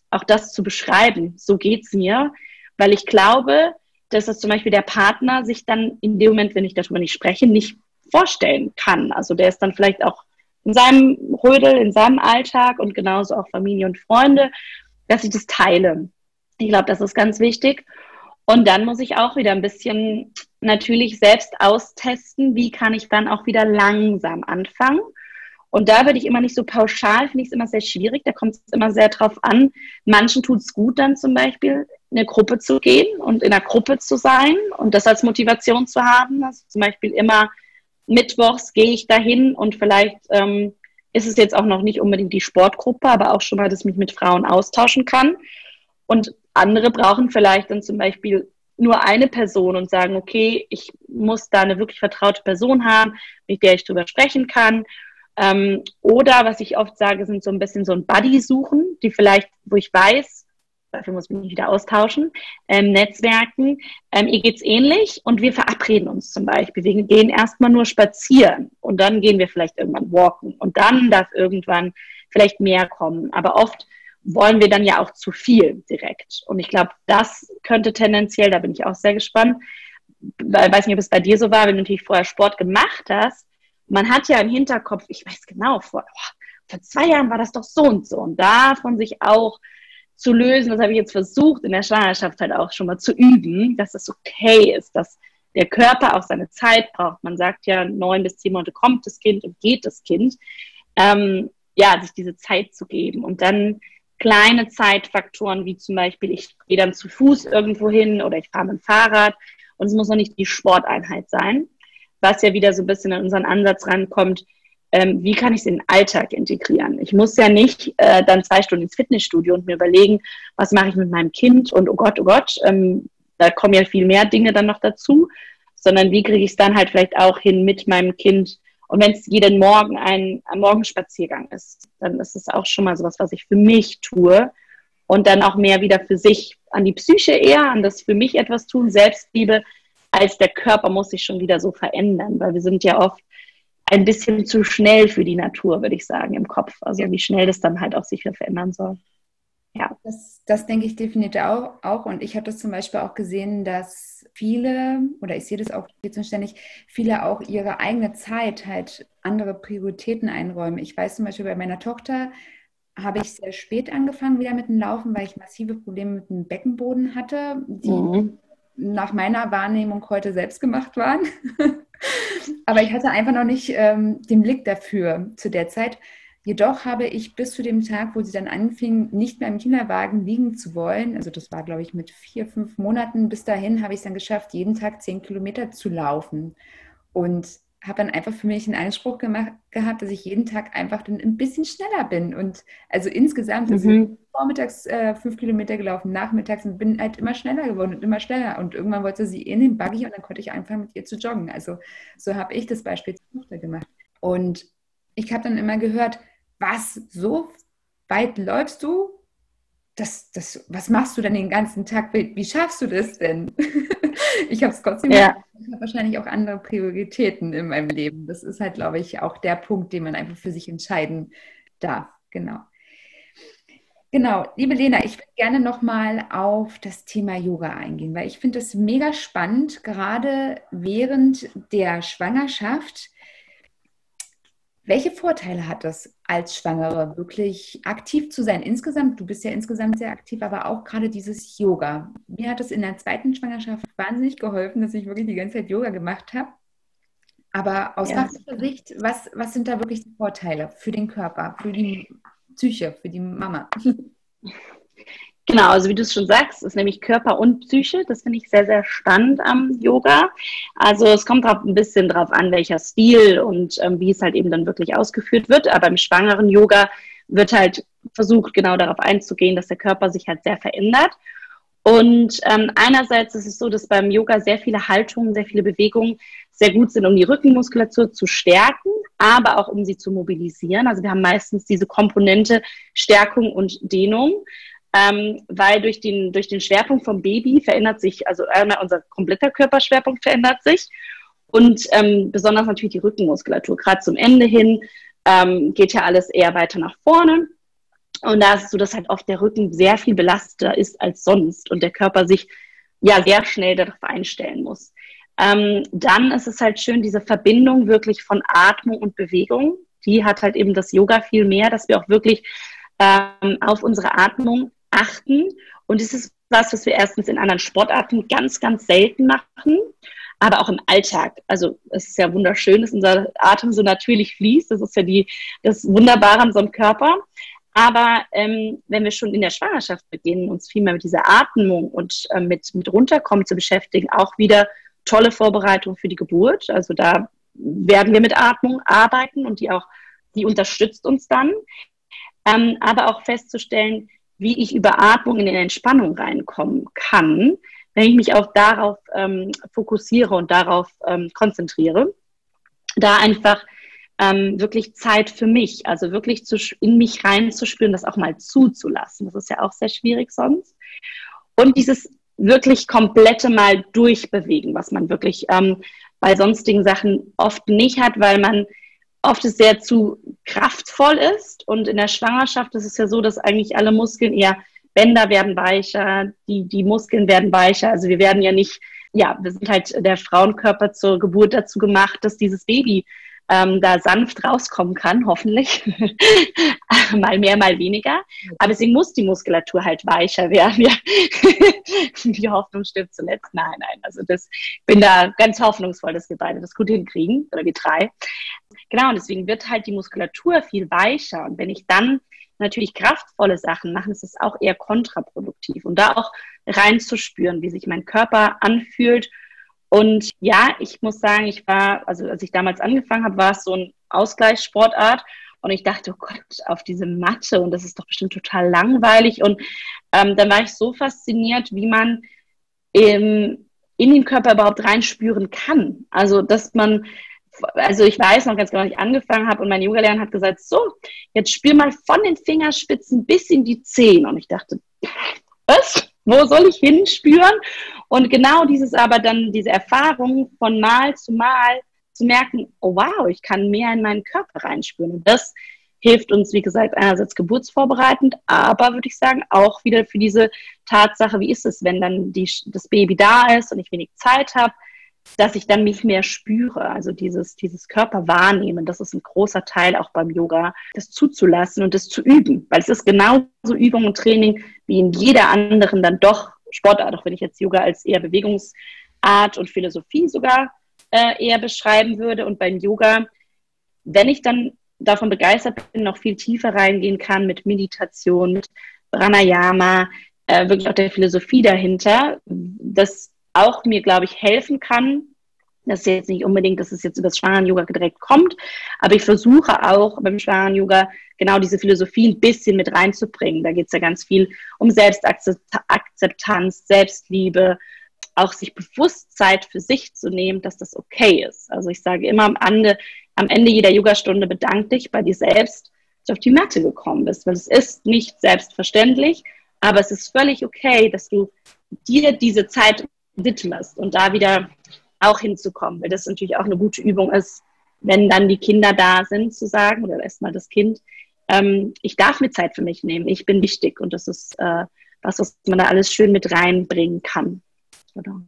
auch das zu beschreiben, so geht's mir, weil ich glaube, dass das zum Beispiel der Partner sich dann in dem Moment, wenn ich darüber nicht spreche, nicht vorstellen kann. Also der ist dann vielleicht auch in seinem Rödel, in seinem Alltag und genauso auch Familie und Freunde, dass ich das teile. Ich glaube, das ist ganz wichtig. Und dann muss ich auch wieder ein bisschen natürlich selbst austesten, wie kann ich dann auch wieder langsam anfangen. Und da würde ich immer nicht so pauschal, finde ich es immer sehr schwierig, da kommt es immer sehr drauf an. Manchen tut es gut, dann zum Beispiel in eine Gruppe zu gehen und in einer Gruppe zu sein und das als Motivation zu haben. Also zum Beispiel immer mittwochs gehe ich dahin und vielleicht ähm, ist es jetzt auch noch nicht unbedingt die Sportgruppe, aber auch schon mal, dass ich mich mit Frauen austauschen kann. Und andere brauchen vielleicht dann zum Beispiel nur eine Person und sagen, okay, ich muss da eine wirklich vertraute Person haben, mit der ich drüber sprechen kann. Ähm, oder was ich oft sage, sind so ein bisschen so ein Buddy suchen, die vielleicht, wo ich weiß, dafür muss ich mich wieder austauschen, ähm, Netzwerken, ähm, ihr geht's ähnlich und wir verabreden uns zum Beispiel. Wir gehen erstmal nur spazieren und dann gehen wir vielleicht irgendwann walken und dann darf irgendwann vielleicht mehr kommen. Aber oft wollen wir dann ja auch zu viel direkt. Und ich glaube, das könnte tendenziell, da bin ich auch sehr gespannt, weil ich weiß nicht, ob es bei dir so war, wenn du natürlich vorher Sport gemacht hast, man hat ja im Hinterkopf, ich weiß genau, vor, oh, vor zwei Jahren war das doch so und so. Und davon sich auch zu lösen, das habe ich jetzt versucht, in der Schwangerschaft halt auch schon mal zu üben, dass es okay ist, dass der Körper auch seine Zeit braucht. Man sagt ja, neun bis zehn Monate kommt das Kind und geht das Kind. Ähm, ja, sich diese Zeit zu geben. Und dann kleine Zeitfaktoren, wie zum Beispiel, ich gehe dann zu Fuß irgendwo hin oder ich fahre mit dem Fahrrad. Und es muss noch nicht die Sporteinheit sein, was ja wieder so ein bisschen in unseren Ansatz rankommt, ähm, wie kann ich es in den Alltag integrieren? Ich muss ja nicht äh, dann zwei Stunden ins Fitnessstudio und mir überlegen, was mache ich mit meinem Kind und oh Gott, oh Gott, ähm, da kommen ja viel mehr Dinge dann noch dazu, sondern wie kriege ich es dann halt vielleicht auch hin mit meinem Kind? Und wenn es jeden Morgen ein, ein Morgenspaziergang ist, dann ist es auch schon mal sowas, was ich für mich tue und dann auch mehr wieder für sich, an die Psyche eher, an das für mich etwas tun, Selbstliebe, als der Körper muss sich schon wieder so verändern, weil wir sind ja oft ein bisschen zu schnell für die Natur, würde ich sagen, im Kopf. Also wie schnell das dann halt auch sich wieder verändern soll. Ja. Das, das denke ich definitiv auch, auch. Und ich habe das zum Beispiel auch gesehen, dass viele, oder ich sehe das auch jetzt und ständig, viele auch ihre eigene Zeit halt andere Prioritäten einräumen. Ich weiß zum Beispiel bei meiner Tochter, habe ich sehr spät angefangen wieder mit dem Laufen, weil ich massive Probleme mit dem Beckenboden hatte, die mhm. nach meiner Wahrnehmung heute selbst gemacht waren. Aber ich hatte einfach noch nicht ähm, den Blick dafür zu der Zeit. Jedoch habe ich bis zu dem Tag, wo sie dann anfing, nicht mehr im Kinderwagen liegen zu wollen, also das war, glaube ich, mit vier, fünf Monaten, bis dahin habe ich es dann geschafft, jeden Tag zehn Kilometer zu laufen. Und habe dann einfach für mich einen Anspruch gemacht, gehabt, dass ich jeden Tag einfach dann ein bisschen schneller bin. Und also insgesamt, also mhm. vormittags äh, fünf Kilometer gelaufen, nachmittags und bin halt immer schneller geworden und immer schneller. Und irgendwann wollte sie in den Buggy und dann konnte ich anfangen, mit ihr zu joggen. Also so habe ich das Beispiel zur Tochter gemacht. Und ich habe dann immer gehört, was, so weit läufst du? Das, das, was machst du denn den ganzen Tag? Wie, wie schaffst du das denn? Ich habe es trotzdem ja. gemacht. Ich habe wahrscheinlich auch andere Prioritäten in meinem Leben. Das ist halt, glaube ich, auch der Punkt, den man einfach für sich entscheiden darf. Genau. Genau, liebe Lena, ich würde gerne nochmal auf das Thema Yoga eingehen, weil ich finde es mega spannend, gerade während der Schwangerschaft. Welche Vorteile hat es als Schwangere, wirklich aktiv zu sein? Insgesamt, du bist ja insgesamt sehr aktiv, aber auch gerade dieses Yoga. Mir hat es in der zweiten Schwangerschaft wahnsinnig geholfen, dass ich wirklich die ganze Zeit Yoga gemacht habe. Aber aus ja. fachlicher Sicht, was, was sind da wirklich die Vorteile für den Körper, für die Psyche, für die Mama? Genau, also wie du es schon sagst, ist nämlich Körper und Psyche. Das finde ich sehr, sehr spannend am Yoga. Also es kommt drauf ein bisschen drauf an, welcher Stil und ähm, wie es halt eben dann wirklich ausgeführt wird. Aber im schwangeren Yoga wird halt versucht, genau darauf einzugehen, dass der Körper sich halt sehr verändert. Und ähm, einerseits ist es so, dass beim Yoga sehr viele Haltungen, sehr viele Bewegungen sehr gut sind, um die Rückenmuskulatur zu stärken, aber auch um sie zu mobilisieren. Also wir haben meistens diese Komponente Stärkung und Dehnung. Ähm, weil durch den, durch den Schwerpunkt vom Baby verändert sich, also einmal unser kompletter Körperschwerpunkt verändert sich und ähm, besonders natürlich die Rückenmuskulatur. Gerade zum Ende hin ähm, geht ja alles eher weiter nach vorne Und da ist es so, dass halt oft der Rücken sehr viel belasteter ist als sonst und der Körper sich ja sehr schnell darauf einstellen muss. Ähm, dann ist es halt schön, diese Verbindung wirklich von Atmung und Bewegung. Die hat halt eben das Yoga viel mehr, dass wir auch wirklich ähm, auf unsere Atmung achten. Und das ist was, was wir erstens in anderen Sportarten ganz, ganz selten machen, aber auch im Alltag. Also es ist ja wunderschön, dass unser Atem so natürlich fließt. Das ist ja die, das Wunderbare an so einem Körper. Aber ähm, wenn wir schon in der Schwangerschaft beginnen, uns viel mehr mit dieser Atmung und äh, mit, mit Runterkommen zu beschäftigen, auch wieder tolle Vorbereitung für die Geburt. Also da werden wir mit Atmung arbeiten und die auch, die unterstützt uns dann. Ähm, aber auch festzustellen, wie ich über Atmung in die Entspannung reinkommen kann, wenn ich mich auch darauf ähm, fokussiere und darauf ähm, konzentriere. Da einfach ähm, wirklich Zeit für mich, also wirklich zu, in mich reinzuspüren, das auch mal zuzulassen. Das ist ja auch sehr schwierig sonst. Und dieses wirklich komplette Mal durchbewegen, was man wirklich ähm, bei sonstigen Sachen oft nicht hat, weil man oft es sehr zu kraftvoll ist. Und in der Schwangerschaft ist es ja so, dass eigentlich alle Muskeln eher, Bänder werden weicher, die, die Muskeln werden weicher. Also wir werden ja nicht, ja, wir sind halt der Frauenkörper zur Geburt dazu gemacht, dass dieses Baby ähm, da sanft rauskommen kann, hoffentlich. Mal mehr, mal weniger. Aber deswegen muss die Muskulatur halt weicher werden. Ja. Die Hoffnung stirbt zuletzt. Nein, nein. Also das bin da ganz hoffnungsvoll, dass wir beide das gut hinkriegen. Oder wir drei. Genau, und deswegen wird halt die Muskulatur viel weicher. Und wenn ich dann natürlich kraftvolle Sachen mache, ist es auch eher kontraproduktiv. Und da auch reinzuspüren, wie sich mein Körper anfühlt. Und ja, ich muss sagen, ich war, also als ich damals angefangen habe, war es so ein Ausgleichssportart. Und ich dachte, oh Gott, auf diese Matte und das ist doch bestimmt total langweilig. Und ähm, dann war ich so fasziniert, wie man ähm, in den Körper überhaupt reinspüren kann. Also, dass man, also ich weiß noch ganz genau, als ich angefangen habe und mein Yoga-Lehrer hat gesagt, so, jetzt spür mal von den Fingerspitzen bis in die Zehen. Und ich dachte, was? Wo soll ich hinspüren? Und genau dieses aber dann, diese Erfahrung von Mal zu Mal zu merken, oh wow, ich kann mehr in meinen Körper reinspüren. Und das hilft uns, wie gesagt, einerseits geburtsvorbereitend, aber würde ich sagen, auch wieder für diese Tatsache, wie ist es, wenn dann die, das Baby da ist und ich wenig Zeit habe, dass ich dann mich mehr spüre, also dieses, dieses Körper wahrnehmen, das ist ein großer Teil auch beim Yoga, das zuzulassen und das zu üben, weil es ist genauso Übung und Training wie in jeder anderen dann doch Sportart, auch wenn ich jetzt Yoga als eher Bewegungsart und Philosophie sogar äh, eher beschreiben würde und beim Yoga, wenn ich dann davon begeistert bin, noch viel tiefer reingehen kann mit Meditation, mit Pranayama, äh, wirklich auch der Philosophie dahinter, das auch mir, glaube ich, helfen kann. Das ist jetzt nicht unbedingt, dass es jetzt über das Schwangeren-Yoga direkt kommt, aber ich versuche auch beim Schwangeren-Yoga genau diese Philosophie ein bisschen mit reinzubringen. Da geht es ja ganz viel um Selbstakzeptanz, Selbstliebe, auch sich bewusst Zeit für sich zu nehmen, dass das okay ist. Also ich sage immer am Ende, am Ende jeder Yogastunde bedank dich bei dir selbst, dass du auf die Matte gekommen bist, weil es ist nicht selbstverständlich, aber es ist völlig okay, dass du dir diese Zeit widmest und da wieder auch hinzukommen, weil das natürlich auch eine gute Übung ist, wenn dann die Kinder da sind, zu sagen, oder erstmal das Kind, ähm, ich darf mir Zeit für mich nehmen, ich bin wichtig und das ist äh, was, was man da alles schön mit reinbringen kann. Oder?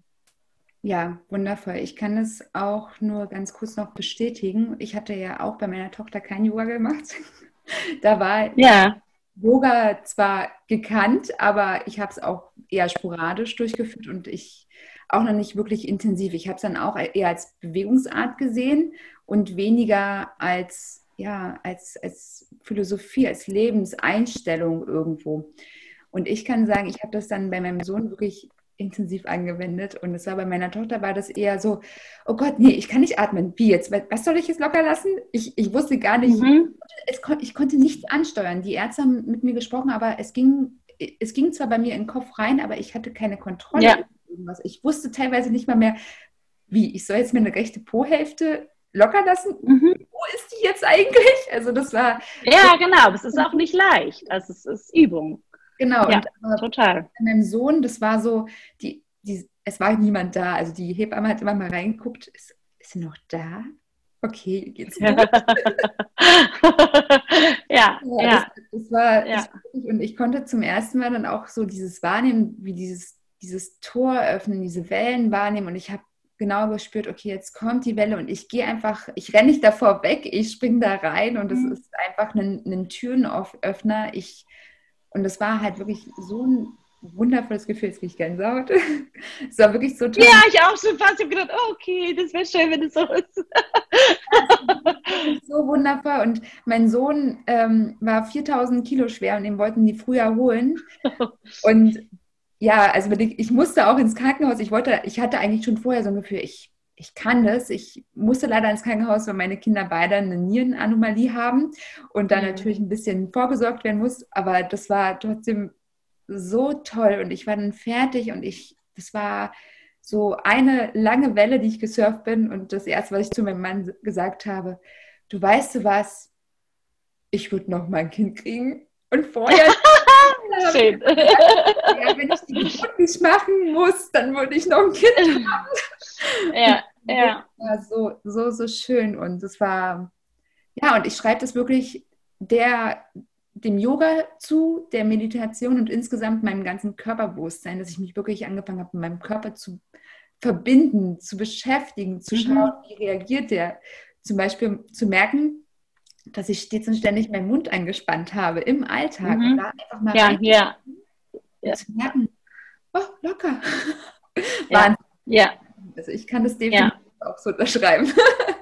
Ja, wundervoll. Ich kann es auch nur ganz kurz noch bestätigen. Ich hatte ja auch bei meiner Tochter kein Yoga gemacht. Da war ja. Yoga zwar gekannt, aber ich habe es auch eher sporadisch durchgeführt und ich auch noch nicht wirklich intensiv. Ich habe es dann auch eher als Bewegungsart gesehen und weniger als, ja, als, als Philosophie, als Lebenseinstellung irgendwo. Und ich kann sagen, ich habe das dann bei meinem Sohn wirklich intensiv angewendet und es war bei meiner Tochter war das eher so, oh Gott, nee, ich kann nicht atmen. Wie jetzt? Was soll ich jetzt locker lassen? Ich, ich wusste gar nicht, mhm. es, ich konnte nichts ansteuern. Die Ärzte haben mit mir gesprochen, aber es ging, es ging zwar bei mir in den Kopf rein, aber ich hatte keine Kontrolle ja. über irgendwas. Ich wusste teilweise nicht mal mehr, wie, ich soll jetzt mir eine rechte Po-Hälfte locker lassen? Mhm. Wo ist die jetzt eigentlich? Also das war... Ja, genau, das ist auch nicht leicht. Also es ist Übung. Genau, ja, und total. Bei meinem Sohn, das war so, die, die, es war niemand da. Also die Hebamme hat immer mal reingeguckt, ist, ist sie noch da? okay, geht's gut. Ja, ja, Ja, das, ja, das war ja. das war wirklich, und ich konnte zum ersten Mal dann auch so dieses wahrnehmen, wie dieses, dieses Tor öffnen, diese Wellen wahrnehmen, und ich habe genau gespürt, okay, jetzt kommt die Welle und ich gehe einfach, ich renne nicht davor weg, ich springe da rein und es Mhm. ist einfach ein, ein Türenöffner. Ich, und das war halt wirklich so ein wundervolles Gefühl, jetzt kriege ich Gänsehaut. Es war wirklich so Ja, toll. ich auch schon fast. Ich habe gedacht, oh, okay, das wäre schön, wenn es so ist. Wirklich so wundervoll. Und mein Sohn ähm, war viertausend Kilo schwer und den wollten die früher holen. Und ja, also wenn ich, ich musste auch ins Krankenhaus. Ich wollte, ich hatte eigentlich schon vorher so ein Gefühl, ich, ich kann das. Ich musste leider ins Krankenhaus, weil meine Kinder beide eine Nierenanomalie haben und da Mhm. natürlich ein bisschen vorgesorgt werden muss. Aber das war trotzdem so toll und ich war dann fertig und ich, das war so eine lange Welle, die ich gesurft bin, und das Erste, was ich zu meinem Mann gesagt habe: Du weißt du was, ich würde noch mal ein Kind kriegen. Und vorher habe ich Schön. gesagt, ja, wenn ich die Geburt nicht machen muss, dann würde ich noch ein Kind haben. Und Ja, das ja. war so, so, so schön. Und es war, ja, und ich schreibe das wirklich der, dem Yoga zu, der Meditation und insgesamt meinem ganzen Körperbewusstsein, dass ich mich wirklich angefangen habe, mit meinem Körper zu verbinden, zu beschäftigen, zu schauen, Mhm. wie reagiert der. Zum Beispiel zu merken, dass ich stets und ständig meinen Mund angespannt habe im Alltag und Mhm. da einfach mal Ja, rein ja, und ja, zu merken, oh, locker. ja, Wahnsinn. ja, Also ich kann das definitiv ja. auch so unterschreiben.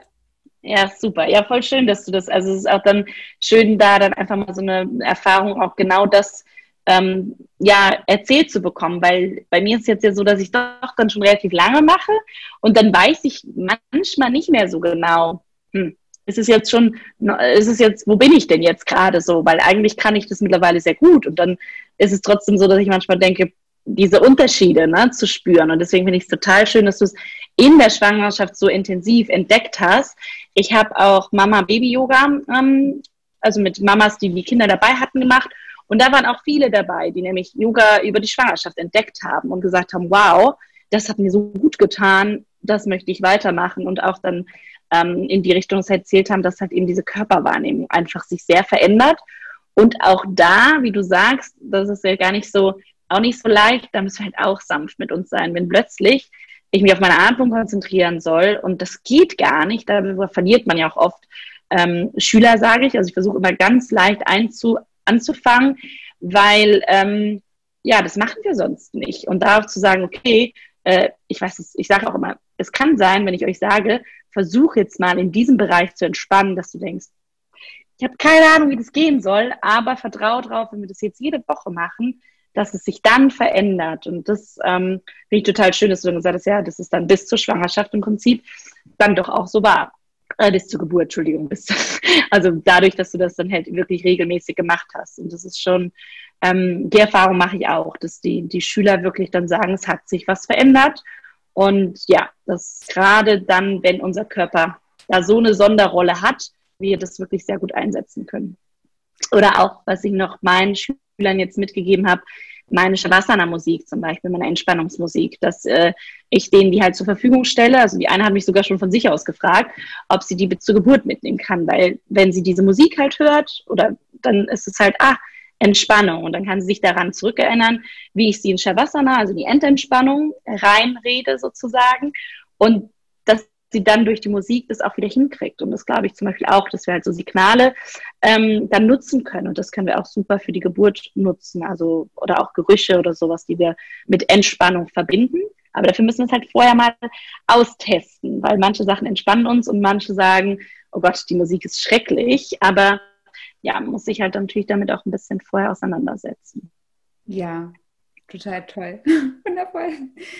Ja, super. Ja, voll schön, dass du das, also es ist auch dann schön, da dann einfach mal so eine Erfahrung, auch genau das, ähm, ja, erzählt zu bekommen, weil bei mir ist es jetzt ja so, dass ich doch dann schon relativ lange mache und dann weiß ich manchmal nicht mehr so genau, hm, ist es jetzt schon, ist es jetzt, wo bin ich denn jetzt gerade so? Weil eigentlich kann ich das mittlerweile sehr gut und dann ist es trotzdem so, dass ich manchmal denke, diese Unterschiede, ne, zu spüren. Und deswegen finde ich es total schön, dass du es in der Schwangerschaft so intensiv entdeckt hast. Ich habe auch Mama-Baby-Yoga, ähm, also mit Mamas, die die Kinder dabei hatten, gemacht. Und da waren auch viele dabei, die nämlich Yoga über die Schwangerschaft entdeckt haben und gesagt haben, wow, das hat mir so gut getan, das möchte ich weitermachen. Und auch dann ähm, in die Richtung erzählt haben, dass halt eben diese Körperwahrnehmung einfach sich sehr verändert. Und auch da, wie du sagst, das ist ja gar nicht so, auch nicht so leicht, da müssen wir halt auch sanft mit uns sein. Wenn plötzlich ich mich auf meine Atmung konzentrieren soll und das geht gar nicht, darüber verliert man ja auch oft ähm, Schüler, sage ich. Also ich versuche immer ganz leicht einzu, anzufangen, weil ähm, ja, das machen wir sonst nicht. Und darauf zu sagen, okay, äh, ich weiß es, ich sage auch immer, es kann sein, wenn ich euch sage, versuch jetzt mal in diesem Bereich zu entspannen, dass du denkst, ich habe keine Ahnung, wie das gehen soll, aber vertraue drauf, wenn wir das jetzt jede Woche machen, dass es sich dann verändert. Und das ähm, finde ich total schön, dass du dann gesagt hast, ja, das ist dann bis zur Schwangerschaft im Prinzip dann doch auch so war. Äh, bis zur Geburt, Entschuldigung. Bis, also dadurch, dass du das dann halt wirklich regelmäßig gemacht hast. Und das ist schon, ähm, die Erfahrung mache ich auch, dass die, die Schüler wirklich dann sagen, es hat sich was verändert. Und ja, dass gerade dann, wenn unser Körper da so eine Sonderrolle hat, wir das wirklich sehr gut einsetzen können. Oder auch, was ich noch meinen Schülern jetzt mitgegeben habe, meine Shavasana-Musik zum Beispiel, meine Entspannungsmusik, dass äh, ich denen die halt zur Verfügung stelle. Also die eine hat mich sogar schon von sich aus gefragt, ob sie die bis zur Geburt mitnehmen kann, weil wenn sie diese Musik halt hört, oder dann ist es halt, ah, Entspannung. Und dann kann sie sich daran zurückerinnern, wie ich sie in Shavasana, also die Endentspannung, reinrede sozusagen. Und das sie dann durch die Musik das auch wieder hinkriegt. Und das glaube ich zum Beispiel auch, dass wir halt so Signale ähm, dann nutzen können. Und das können wir auch super für die Geburt nutzen. Also, oder auch Gerüche oder sowas, die wir mit Entspannung verbinden. Aber dafür müssen wir es halt vorher mal austesten, weil manche Sachen entspannen uns und manche sagen, oh Gott, die Musik ist schrecklich. Aber ja, man muss sich halt natürlich damit auch ein bisschen vorher auseinandersetzen. Ja, total toll. Wundervoll.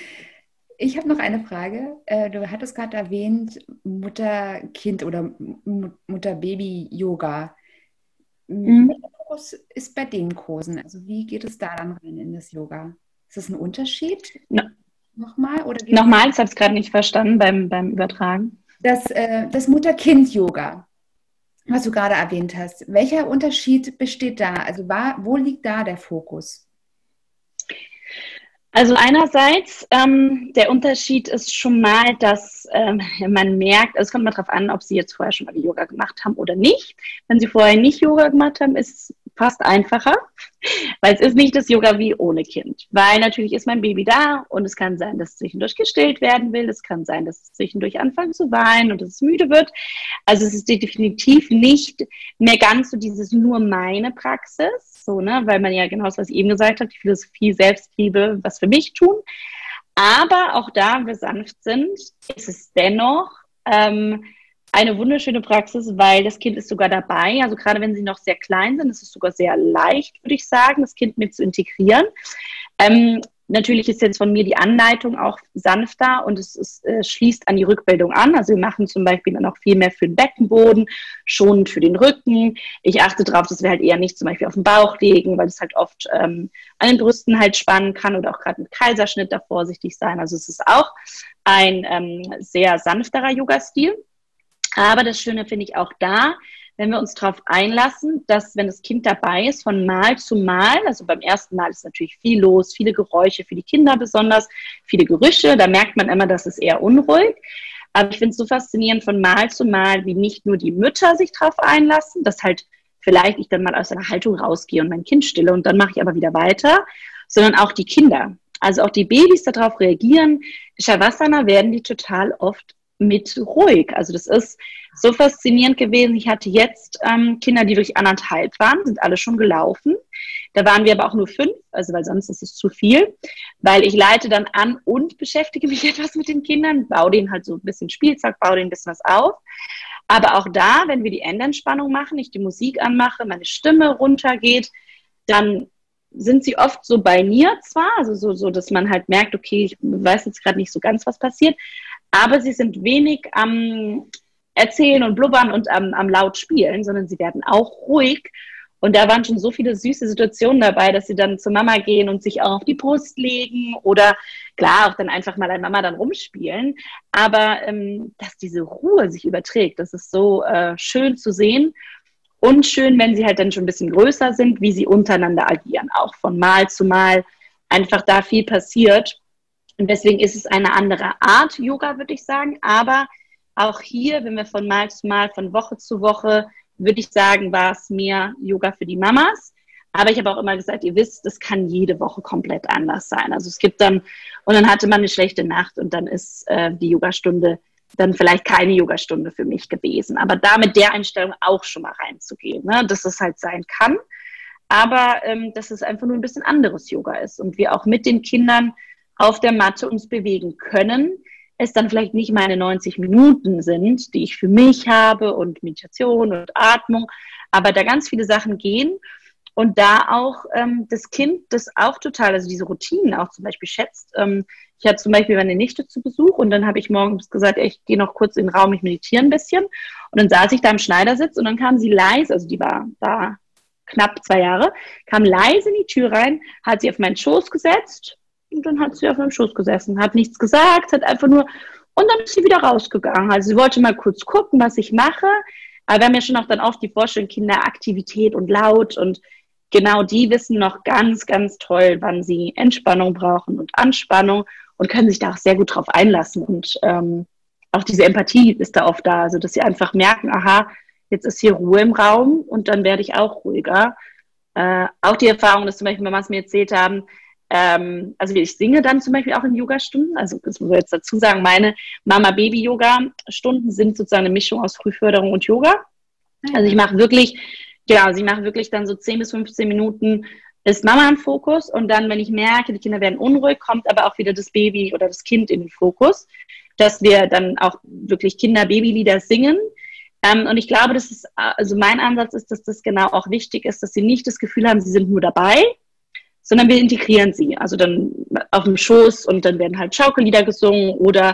Ich habe noch eine Frage. Äh, Du hattest gerade erwähnt, Mutter-Kind oder Mutter-Baby-Yoga. Mhm. Welcher Fokus ist bei den Kursen? Also wie geht es da dann rein in das Yoga? Ist das ein Unterschied No, nochmal? Oder geht es nochmal, ich habe es gerade nicht verstanden beim, beim Übertragen. das, äh, das Mutter-Kind-Yoga, was du gerade erwähnt hast? Welcher Unterschied besteht da? Also war, wo liegt da der Fokus? Also einerseits, ähm, der Unterschied ist schon mal, dass ähm, man merkt, also es kommt mal drauf an, ob Sie jetzt vorher schon mal Yoga gemacht haben oder nicht. Wenn Sie vorher nicht Yoga gemacht haben, ist es fast einfacher, weil es ist nicht das Yoga wie ohne Kind. Weil natürlich ist mein Baby da und es kann sein, dass es zwischendurch gestillt werden will. Es kann sein, dass es zwischendurch anfängt zu weinen und dass es müde wird. Also es ist definitiv nicht mehr ganz so dieses nur meine Praxis, so, ne, weil man ja genau das, was ich eben gesagt habe, die Philosophie Selbstliebe, was für mich tun. Aber auch da, wenn wir sanft sind, ist es dennoch ähm, eine wunderschöne Praxis, weil das Kind ist sogar dabei. Also gerade wenn sie noch sehr klein sind, ist es sogar sehr leicht, würde ich sagen, das Kind mit zu integrieren. Ähm, Natürlich ist jetzt von mir die Anleitung auch sanfter und es, es äh, schließt an die Rückbildung an. Also wir machen zum Beispiel dann auch viel mehr für den Beckenboden, schonend für den Rücken. Ich achte darauf, dass wir halt eher nicht zum Beispiel auf den Bauch legen, weil es halt oft ähm, an den Brüsten halt spannen kann oder auch gerade mit Kaiserschnitt da vorsichtig sein. Also es ist auch ein ähm, sehr sanfterer Yoga-Stil. Aber das Schöne finde ich auch da, wenn wir uns darauf einlassen, dass wenn das Kind dabei ist, von Mal zu Mal, also beim ersten Mal ist natürlich viel los, viele Geräusche für die Kinder besonders, viele Gerüche, da merkt man immer, dass es eher unruhig. Aber ich finde es so faszinierend von Mal zu Mal, wie nicht nur die Mütter sich darauf einlassen, dass halt vielleicht ich dann mal aus einer Haltung rausgehe und mein Kind stille und dann mache ich aber wieder weiter, sondern auch die Kinder. Also auch die Babys darauf reagieren. Shavasana werden die total oft mit ruhig. Also das ist so faszinierend gewesen. Ich hatte jetzt ähm, Kinder, die durch anderthalb waren, sind alle schon gelaufen. Da waren wir aber auch nur fünf, also weil sonst ist es zu viel, weil ich leite dann an und beschäftige mich etwas mit den Kindern, baue denen halt so ein bisschen Spielzeug, baue denen ein bisschen was auf. Aber auch da, wenn wir die Endentspannung machen, ich die Musik anmache, meine Stimme runtergeht, dann sind sie oft so bei mir zwar, also so, so dass man halt merkt, okay, ich weiß jetzt gerade nicht so ganz, was passiert, aber sie sind wenig am Erzählen und Blubbern und am, am laut spielen, sondern sie werden auch ruhig. Und da waren schon so viele süße Situationen dabei, dass sie dann zur Mama gehen und sich auch auf die Brust legen oder klar auch dann einfach mal an Mama dann rumspielen. Aber ähm, dass diese Ruhe sich überträgt, das ist so äh, schön zu sehen. Und schön, wenn sie halt dann schon ein bisschen größer sind, wie sie untereinander agieren. Auch von Mal zu Mal einfach da viel passiert. Und deswegen ist es eine andere Art Yoga, würde ich sagen. Aber auch hier, wenn wir von Mal zu Mal, von Woche zu Woche, würde ich sagen, war es mehr Yoga für die Mamas. Aber ich habe auch immer gesagt, ihr wisst, das kann jede Woche komplett anders sein. Also es gibt dann, und dann hatte man eine schlechte Nacht und dann ist äh, die Yogastunde dann vielleicht keine Yogastunde für mich gewesen. Aber da mit der Einstellung auch schon mal reinzugehen, ne? Dass es halt sein kann. Aber ähm, dass es einfach nur ein bisschen anderes Yoga ist und wir auch mit den Kindern auf der Matte uns bewegen können, es dann vielleicht nicht meine neunzig Minuten sind, die ich für mich habe und Meditation und Atmung, aber da ganz viele Sachen gehen und da auch ähm, das Kind das auch total, also diese Routinen auch zum Beispiel schätzt. Ähm, ich hatte zum Beispiel meine Nichte zu Besuch und dann habe ich morgens gesagt, ey, ich gehe noch kurz in den Raum, ich meditiere ein bisschen und dann saß ich da im Schneidersitz und dann kam sie leise, also die war da knapp zwei Jahre, kam leise in die Tür rein, hat sie auf meinen Schoß gesetzt. Und dann hat sie auf meinem Schoß gesessen, hat nichts gesagt, hat einfach nur, und dann ist sie wieder rausgegangen. Also sie wollte mal kurz gucken, was ich mache. Aber wir haben ja schon auch dann oft die Vorstellung, Kinderaktivität und laut. Und genau die wissen noch ganz, ganz toll, wann sie Entspannung brauchen und Anspannung und können sich da auch sehr gut drauf einlassen. Und ähm, auch diese Empathie ist da oft da. Also dass sie einfach merken, aha, jetzt ist hier Ruhe im Raum und dann werde ich auch ruhiger. Äh, auch die Erfahrung, dass zum Beispiel Mamas mir erzählt haben, Ähm, also ich singe dann zum Beispiel auch in Yoga-Stunden, also das muss ich jetzt dazu sagen, meine Mama-Baby-Yoga-Stunden sind sozusagen eine Mischung aus Frühförderung und Yoga. Also ich mache wirklich, genau, also ich mache wirklich dann so zehn bis fünfzehn Minuten ist Mama im Fokus und dann, wenn ich merke, die Kinder werden unruhig, kommt aber auch wieder das Baby oder das Kind in den Fokus, dass wir dann auch wirklich Kinder-Baby-Lieder singen. Ähm, und ich glaube, das ist, also mein Ansatz ist, dass das genau auch wichtig ist, dass sie nicht das Gefühl haben, sie sind nur dabei, sondern wir integrieren sie. Also dann auf dem Schoß und dann werden halt Schaukellieder gesungen oder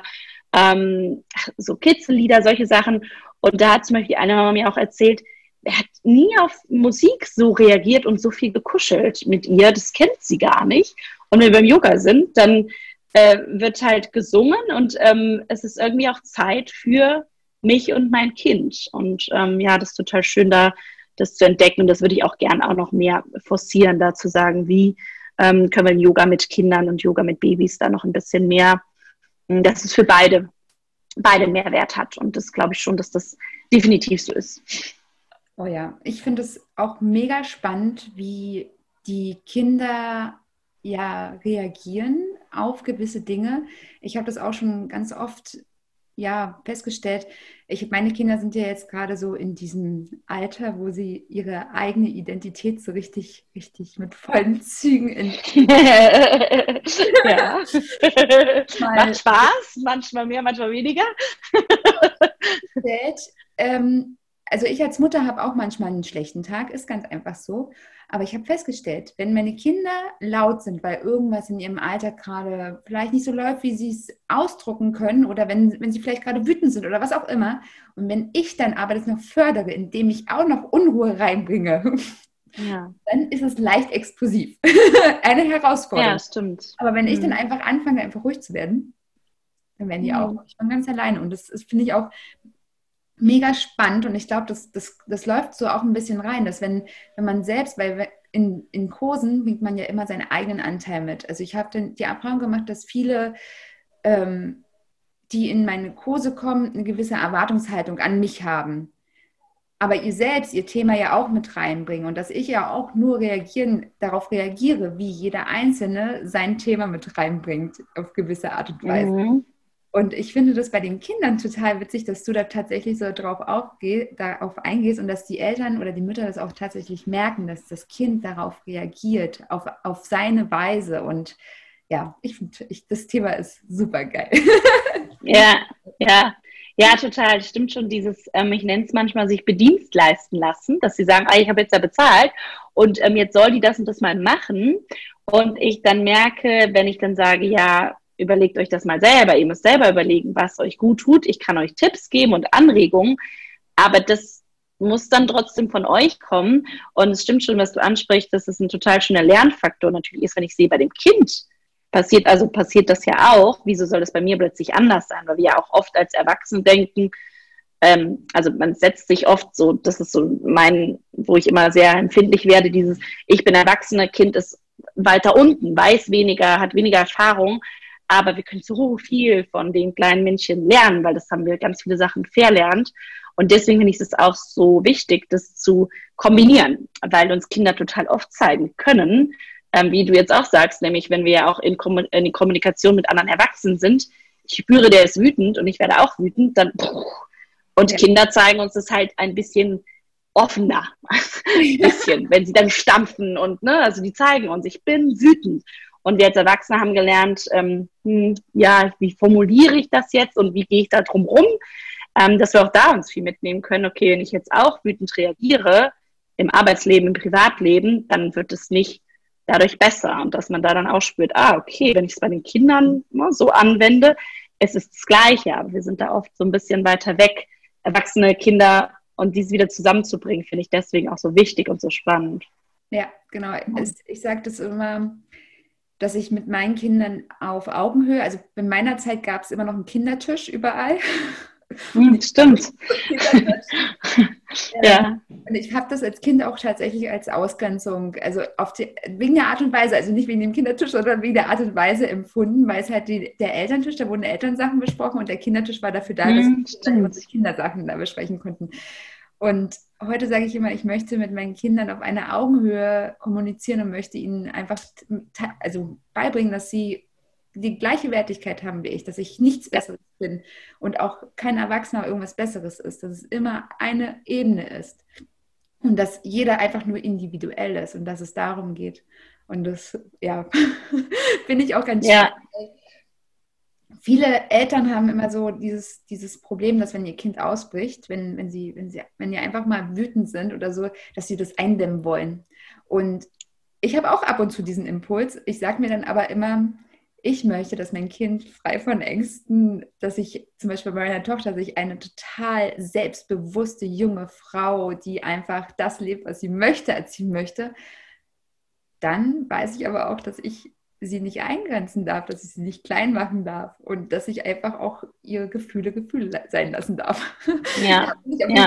ähm, so Kitzellieder, solche Sachen. Und da hat zum Beispiel eine Mama mir auch erzählt, er hat nie auf Musik so reagiert und so viel gekuschelt mit ihr. Das kennt sie gar nicht. Und wenn wir beim Yoga sind, dann äh, wird halt gesungen und ähm, es ist irgendwie auch Zeit für mich und mein Kind. Und ähm, ja, das ist total schön, da das zu entdecken. Und das würde ich auch gern auch noch mehr forcieren, da zu sagen, wie ähm, können wir Yoga mit Kindern und Yoga mit Babys da noch ein bisschen mehr, dass es für beide, beide Mehrwert hat. Und das glaube ich schon, dass das definitiv so ist. Oh ja, ich finde es auch mega spannend, wie die Kinder ja reagieren auf gewisse Dinge. Ich habe das auch schon ganz oft ja festgestellt. Ich, meine Kinder sind ja jetzt gerade so in diesem Alter, wo sie ihre eigene Identität so richtig, richtig mit vollen Zügen entwickeln. Ja. Macht Spaß, manchmal mehr, manchmal weniger. ähm, Also ich als Mutter habe auch manchmal einen schlechten Tag, ist ganz einfach so. Aber ich habe festgestellt, wenn meine Kinder laut sind, weil irgendwas in ihrem Alltag gerade vielleicht nicht so läuft, wie sie es ausdrucken können, oder wenn, wenn sie vielleicht gerade wütend sind oder was auch immer, und wenn ich dann aber das noch fördere, indem ich auch noch Unruhe reinbringe, ja. dann ist es leicht explosiv. Eine Herausforderung. Ja, stimmt. Aber wenn ich dann einfach anfange, einfach ruhig zu werden, dann werden die mhm. auch ich bin ganz alleine. Und das, das finde ich auch mega spannend, und ich glaube, das, das, das läuft so auch ein bisschen rein, dass wenn, wenn man selbst, weil in, in Kursen bringt man ja immer seinen eigenen Anteil mit. Also ich habe die Erfahrung gemacht, dass viele, ähm, die in meine Kurse kommen, eine gewisse Erwartungshaltung an mich haben. Aber ihr selbst ihr Thema ja auch mit reinbringen, und dass ich ja auch nur reagieren, darauf reagiere, wie jeder Einzelne sein Thema mit reinbringt, auf gewisse Art und Weise. Mhm. Und ich finde das bei den Kindern total witzig, dass du da tatsächlich so drauf, aufgeh, darauf eingehst und dass die Eltern oder die Mütter das auch tatsächlich merken, dass das Kind darauf reagiert, auf, auf seine Weise. Und ja, ich finde, ich, das Thema ist super geil. Ja, ja, ja, total. Stimmt schon, dieses, ähm, ich nenne es manchmal, sich bedienstleisten lassen, dass sie sagen, ah, ich habe jetzt ja bezahlt und ähm, jetzt soll die das und das mal machen. Und ich dann merke, wenn ich dann sage, ja, überlegt euch das mal selber. Ihr müsst selber überlegen, was euch gut tut. Ich kann euch Tipps geben und Anregungen, aber das muss dann trotzdem von euch kommen. Und es stimmt schon, was du ansprichst, dass es ein total schöner Lernfaktor natürlich ist, wenn ich sehe, bei dem Kind passiert, also passiert das ja auch. Wieso soll das bei mir plötzlich anders sein? Weil wir ja auch oft als Erwachsene denken, ähm, also man setzt sich oft so, das ist so mein, wo ich immer sehr empfindlich werde, dieses, ich bin Erwachsener, Kind ist weiter unten, weiß weniger, hat weniger Erfahrung. Aber wir können so viel von den kleinen Männchen lernen, weil das haben wir ganz viele Sachen verlernt. Und deswegen finde ich es auch so wichtig, das zu kombinieren, weil uns Kinder total oft zeigen können, ähm, wie du jetzt auch sagst, nämlich wenn wir ja auch in, Kom- in Kommunikation mit anderen Erwachsenen sind, ich spüre, der ist wütend und ich werde auch wütend, dann und ja. Kinder zeigen uns das halt ein bisschen offener, ein bisschen, wenn sie dann stampfen und, ne, also die zeigen uns, ich bin wütend. Und wir als Erwachsene haben gelernt, ähm, hm, ja, wie formuliere ich das jetzt und wie gehe ich da drum rum, ähm, dass wir auch da uns viel mitnehmen können. Okay, wenn ich jetzt auch wütend reagiere, im Arbeitsleben, im Privatleben, dann wird es nicht dadurch besser. Und dass man da dann auch spürt, ah, okay, wenn ich es bei den Kindern ne, so anwende, es ist das Gleiche. Aber wir sind da oft so ein bisschen weiter weg, Erwachsene, Kinder, und dies wieder zusammenzubringen, finde ich deswegen auch so wichtig und so spannend. Ja, genau. Ich, ich sage das immer, dass ich mit meinen Kindern auf Augenhöhe, also in meiner Zeit gab es immer noch einen Kindertisch überall. Hm, stimmt. Ja. Und ich habe das als Kind auch tatsächlich als Ausgrenzung, also auf die, wegen der Art und Weise, also nicht wegen dem Kindertisch, sondern wegen der Art und Weise empfunden, weil es halt die, der Elterntisch, da wurden Elternsachen besprochen und der Kindertisch war dafür da, hm, dass wir unsere Kindersachen da besprechen konnten. Und heute sage ich immer, ich möchte mit meinen Kindern auf einer Augenhöhe kommunizieren und möchte ihnen einfach also beibringen, dass sie die gleiche Wertigkeit haben wie ich, dass ich nichts Besseres bin und auch kein Erwachsener irgendwas Besseres ist, dass es immer eine Ebene ist und dass jeder einfach nur individuell ist und dass es darum geht. Und das, ja, finde ich auch ganz ja. schön. Viele Eltern haben immer so dieses, dieses Problem, dass wenn ihr Kind ausbricht, wenn, wenn sie, wenn sie, wenn die einfach mal wütend sind oder so, dass sie das eindämmen wollen. Und ich habe auch ab und zu diesen Impuls. Ich sage mir dann aber immer, ich möchte, dass mein Kind frei von Ängsten, dass ich zum Beispiel bei meiner Tochter, dass ich eine total selbstbewusste junge Frau, die einfach das lebt, was sie möchte, als sie möchte. Dann weiß ich aber auch, dass ich sie nicht eingrenzen darf, dass ich sie nicht klein machen darf und dass ich einfach auch ihre Gefühle Gefühle sein lassen darf. Ja, ja.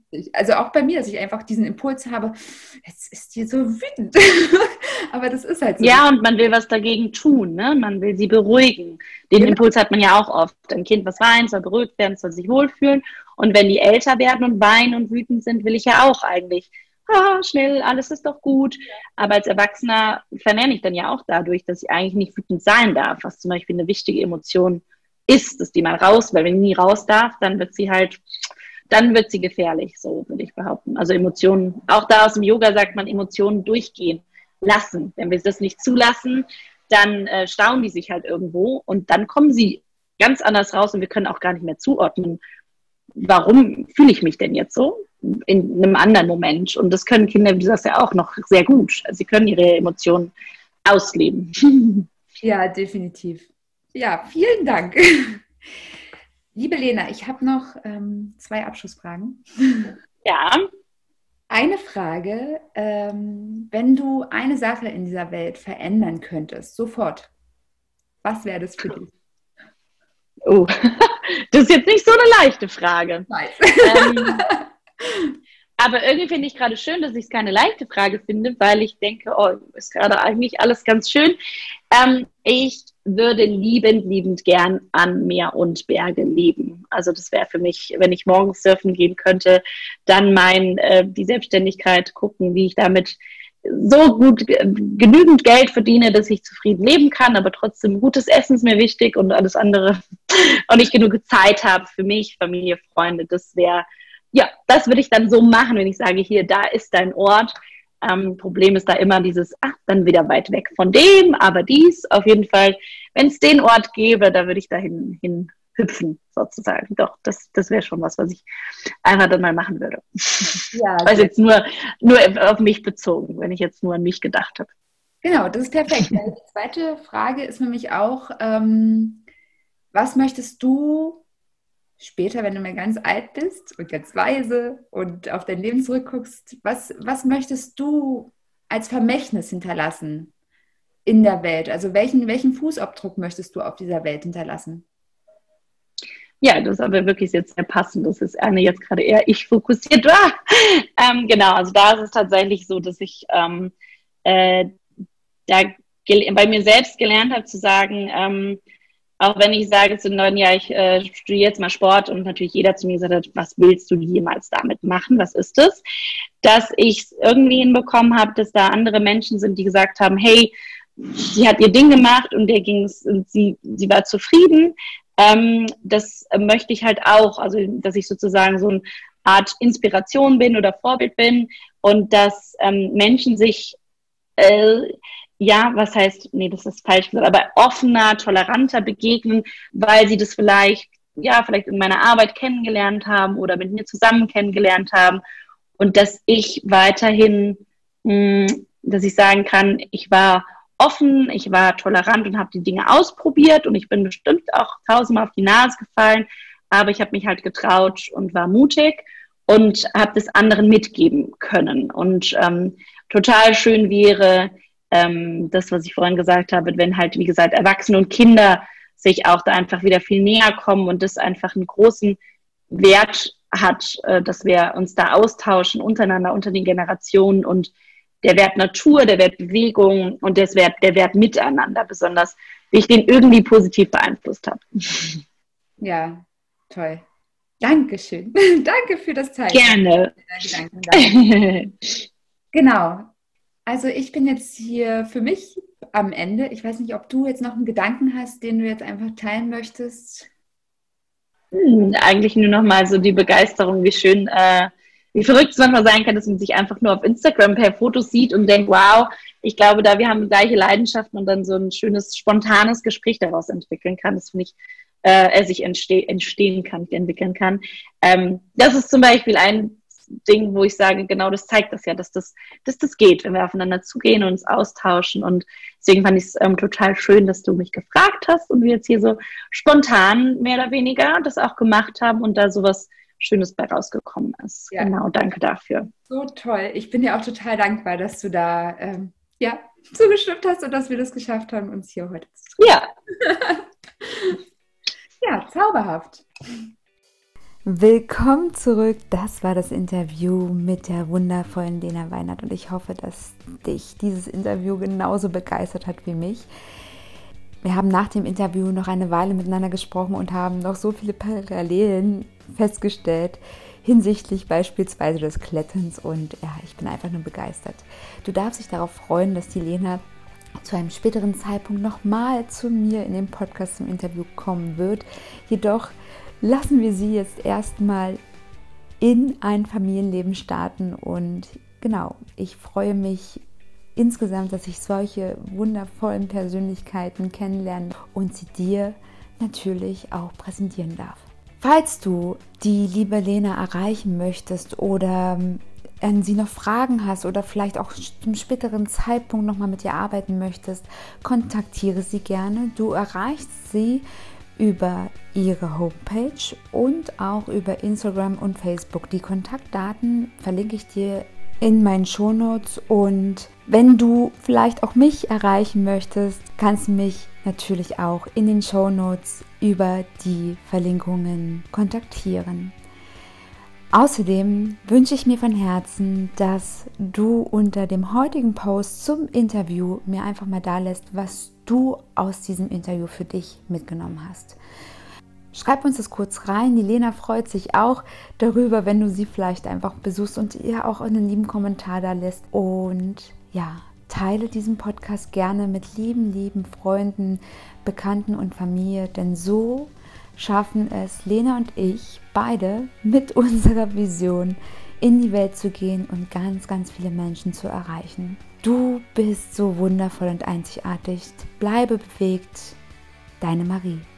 lustig. Also auch bei mir, dass ich einfach diesen Impuls habe, jetzt ist die so wütend. Aber das ist halt so. Ja, und man will was dagegen tun, ne? Man will sie beruhigen. Den Genau. Impuls hat man ja auch oft. Ein Kind, was weint, soll beruhigt werden, soll sich wohlfühlen. Und wenn die älter werden und weinen und wütend sind, will ich ja auch eigentlich, ah, schnell, alles ist doch gut. Aber als Erwachsener vernerne ich dann ja auch dadurch, dass ich eigentlich nicht wütend sein darf, was zum Beispiel eine wichtige Emotion ist, dass die mal raus, weil wenn die nie raus darf, dann wird sie halt, dann wird sie gefährlich, so würde ich behaupten. Also Emotionen, auch da aus dem Yoga sagt man, Emotionen durchgehen lassen. Wenn wir das nicht zulassen, dann äh, stauen die sich halt irgendwo und dann kommen sie ganz anders raus und wir können auch gar nicht mehr zuordnen, warum fühle ich mich denn jetzt so in einem anderen Moment. Und das können Kinder, wie du sagst, ja auch noch sehr gut. Also sie können ihre Emotionen ausleben. Ja, definitiv. Ja, vielen Dank. Liebe Lena, ich habe noch ähm, zwei Abschlussfragen. Ja. Eine Frage, ähm, wenn du eine Sache in dieser Welt verändern könntest, sofort, was wäre das für dich? Oh, das ist jetzt nicht so eine leichte Frage. Nice. Ähm, aber irgendwie finde ich gerade schön, dass ich es keine leichte Frage finde, weil ich denke, oh, ist gerade eigentlich alles ganz schön. Ähm, ich würde liebend, liebend gern an Meer und Berge leben. Also das wäre für mich, wenn ich morgens surfen gehen könnte, dann mein, äh, die Selbstständigkeit gucken, wie ich damit so gut äh, genügend Geld verdiene, dass ich zufrieden leben kann, aber trotzdem gutes Essen ist mir wichtig und alles andere und ich genug Zeit habe für mich, Familie, Freunde. Das wäre, ja, das würde ich dann so machen, wenn ich sage, hier, da ist dein Ort. Ähm, Problem ist da immer dieses, ach, dann wieder weit weg von dem, aber dies, auf jeden Fall, wenn es den Ort gäbe, da würde ich dahin hin hüpfen, sozusagen. Doch, das, das wäre schon was, was ich einfach dann mal machen würde. Ja, also jetzt nur, nur auf mich bezogen, wenn ich jetzt nur an mich gedacht habe. Genau, das ist perfekt. Die zweite Frage ist nämlich auch, ähm, was möchtest du später, wenn du mal ganz alt bist und ganz weise und auf dein Leben zurückguckst, was, was möchtest du als Vermächtnis hinterlassen in der Welt? Also welchen, welchen Fußabdruck möchtest du auf dieser Welt hinterlassen? Ja, das ist aber wirklich jetzt sehr passend. Das ist eine jetzt gerade eher ich fokussiert war. ähm, genau, also da ist es tatsächlich so, dass ich ähm, äh, da bei mir selbst gelernt habe zu sagen, ähm, auch wenn ich sage zu den Leuten, ja, ich äh, studiere jetzt mal Sport und natürlich jeder zu mir gesagt hat, was willst du jemals damit machen? Was ist das? Dass ich es irgendwie hinbekommen habe, dass da andere Menschen sind, die gesagt haben, hey, sie hat ihr Ding gemacht und der ging's und sie, sie war zufrieden. Ähm, das möchte ich halt auch, also dass ich sozusagen so eine Art Inspiration bin oder Vorbild bin und dass ähm, Menschen sich äh, ja, was heißt, nee, das ist falsch gesagt, aber offener, toleranter begegnen, weil sie das vielleicht, ja, vielleicht in meiner Arbeit kennengelernt haben oder mit mir zusammen kennengelernt haben und dass ich weiterhin, mh, dass ich sagen kann, ich war offen, ich war tolerant und habe die Dinge ausprobiert und ich bin bestimmt auch tausendmal auf die Nase gefallen, aber ich habe mich halt getraut und war mutig und habe das anderen mitgeben können und ähm, total schön wäre, ähm, das, was ich vorhin gesagt habe, wenn halt, wie gesagt, Erwachsene und Kinder sich auch da einfach wieder viel näher kommen und das einfach einen großen Wert hat, äh, dass wir uns da austauschen untereinander, unter den Generationen und der Wert Natur, der Wert Bewegung und der Wert, der Wert Miteinander besonders, wie ich den irgendwie positiv beeinflusst habe. Ja, toll. Dankeschön. Danke für das Teilen. Gerne. Genau. Also ich bin jetzt hier für mich am Ende. Ich weiß nicht, ob du jetzt noch einen Gedanken hast, den du jetzt einfach teilen möchtest. Hm, eigentlich nur noch mal so die Begeisterung, wie schön, äh, wie verrückt es manchmal sein kann, dass man sich einfach nur auf Instagram per Fotos sieht und denkt, wow, ich glaube, da wir haben gleiche Leidenschaften und dann so ein schönes, spontanes Gespräch daraus entwickeln kann. Das finde ich, äh, er sich entste- entstehen kann, entwickeln kann. Ähm, das ist zum Beispiel ein Ding, wo ich sage, genau das zeigt das ja, dass das, dass das geht, wenn wir aufeinander zugehen und uns austauschen. Und deswegen fand ich es ähm, total schön, dass du mich gefragt hast und wir jetzt hier so spontan mehr oder weniger das auch gemacht haben und da sowas Schönes bei rausgekommen ist. Ja. Genau, danke dafür. So toll. Ich bin dir auch total dankbar, dass du da ähm, ja, zugestimmt hast und dass wir das geschafft haben, uns hier heute zu treffen. Ja. Ja, zauberhaft. Willkommen zurück. Das war das Interview mit der wundervollen Lena Weinert und ich hoffe, dass dich dieses Interview genauso begeistert hat wie mich. Wir haben nach dem Interview noch eine Weile miteinander gesprochen und haben noch so viele Parallelen festgestellt hinsichtlich beispielsweise des Kletterns und ja, ich bin einfach nur begeistert. Du darfst dich darauf freuen, dass die Lena zu einem späteren Zeitpunkt nochmal zu mir in den Podcast zum Interview kommen wird. Jedoch lassen wir sie jetzt erstmal in ein Familienleben starten und genau, ich freue mich insgesamt, dass ich solche wundervollen Persönlichkeiten kennenlerne und sie dir natürlich auch präsentieren darf. Falls du die liebe Lena erreichen möchtest oder an sie noch Fragen hast oder vielleicht auch zum späteren Zeitpunkt nochmal mit ihr arbeiten möchtest, kontaktiere sie gerne. Du erreichst sie über ihre Homepage und auch über Instagram und Facebook. Die Kontaktdaten verlinke ich dir in meinen Shownotes und wenn du vielleicht auch mich erreichen möchtest, kannst du mich natürlich auch in den Shownotes über die Verlinkungen kontaktieren. Außerdem wünsche ich mir von Herzen, dass du unter dem heutigen Post zum Interview mir einfach mal da lässt, was du aus diesem Interview für dich mitgenommen hast. Schreib uns das kurz rein. Die Lena freut sich auch darüber, wenn du sie vielleicht einfach besuchst und ihr auch einen lieben Kommentar da lässt. Und ja, teile diesen Podcast gerne mit lieben, lieben Freunden, Bekannten und Familie, denn so schaffen es Lena und ich beide mit unserer Vision in die Welt zu gehen und ganz, ganz viele Menschen zu erreichen. Du bist so wundervoll und einzigartig. Bleibe bewegt. Deine Marie.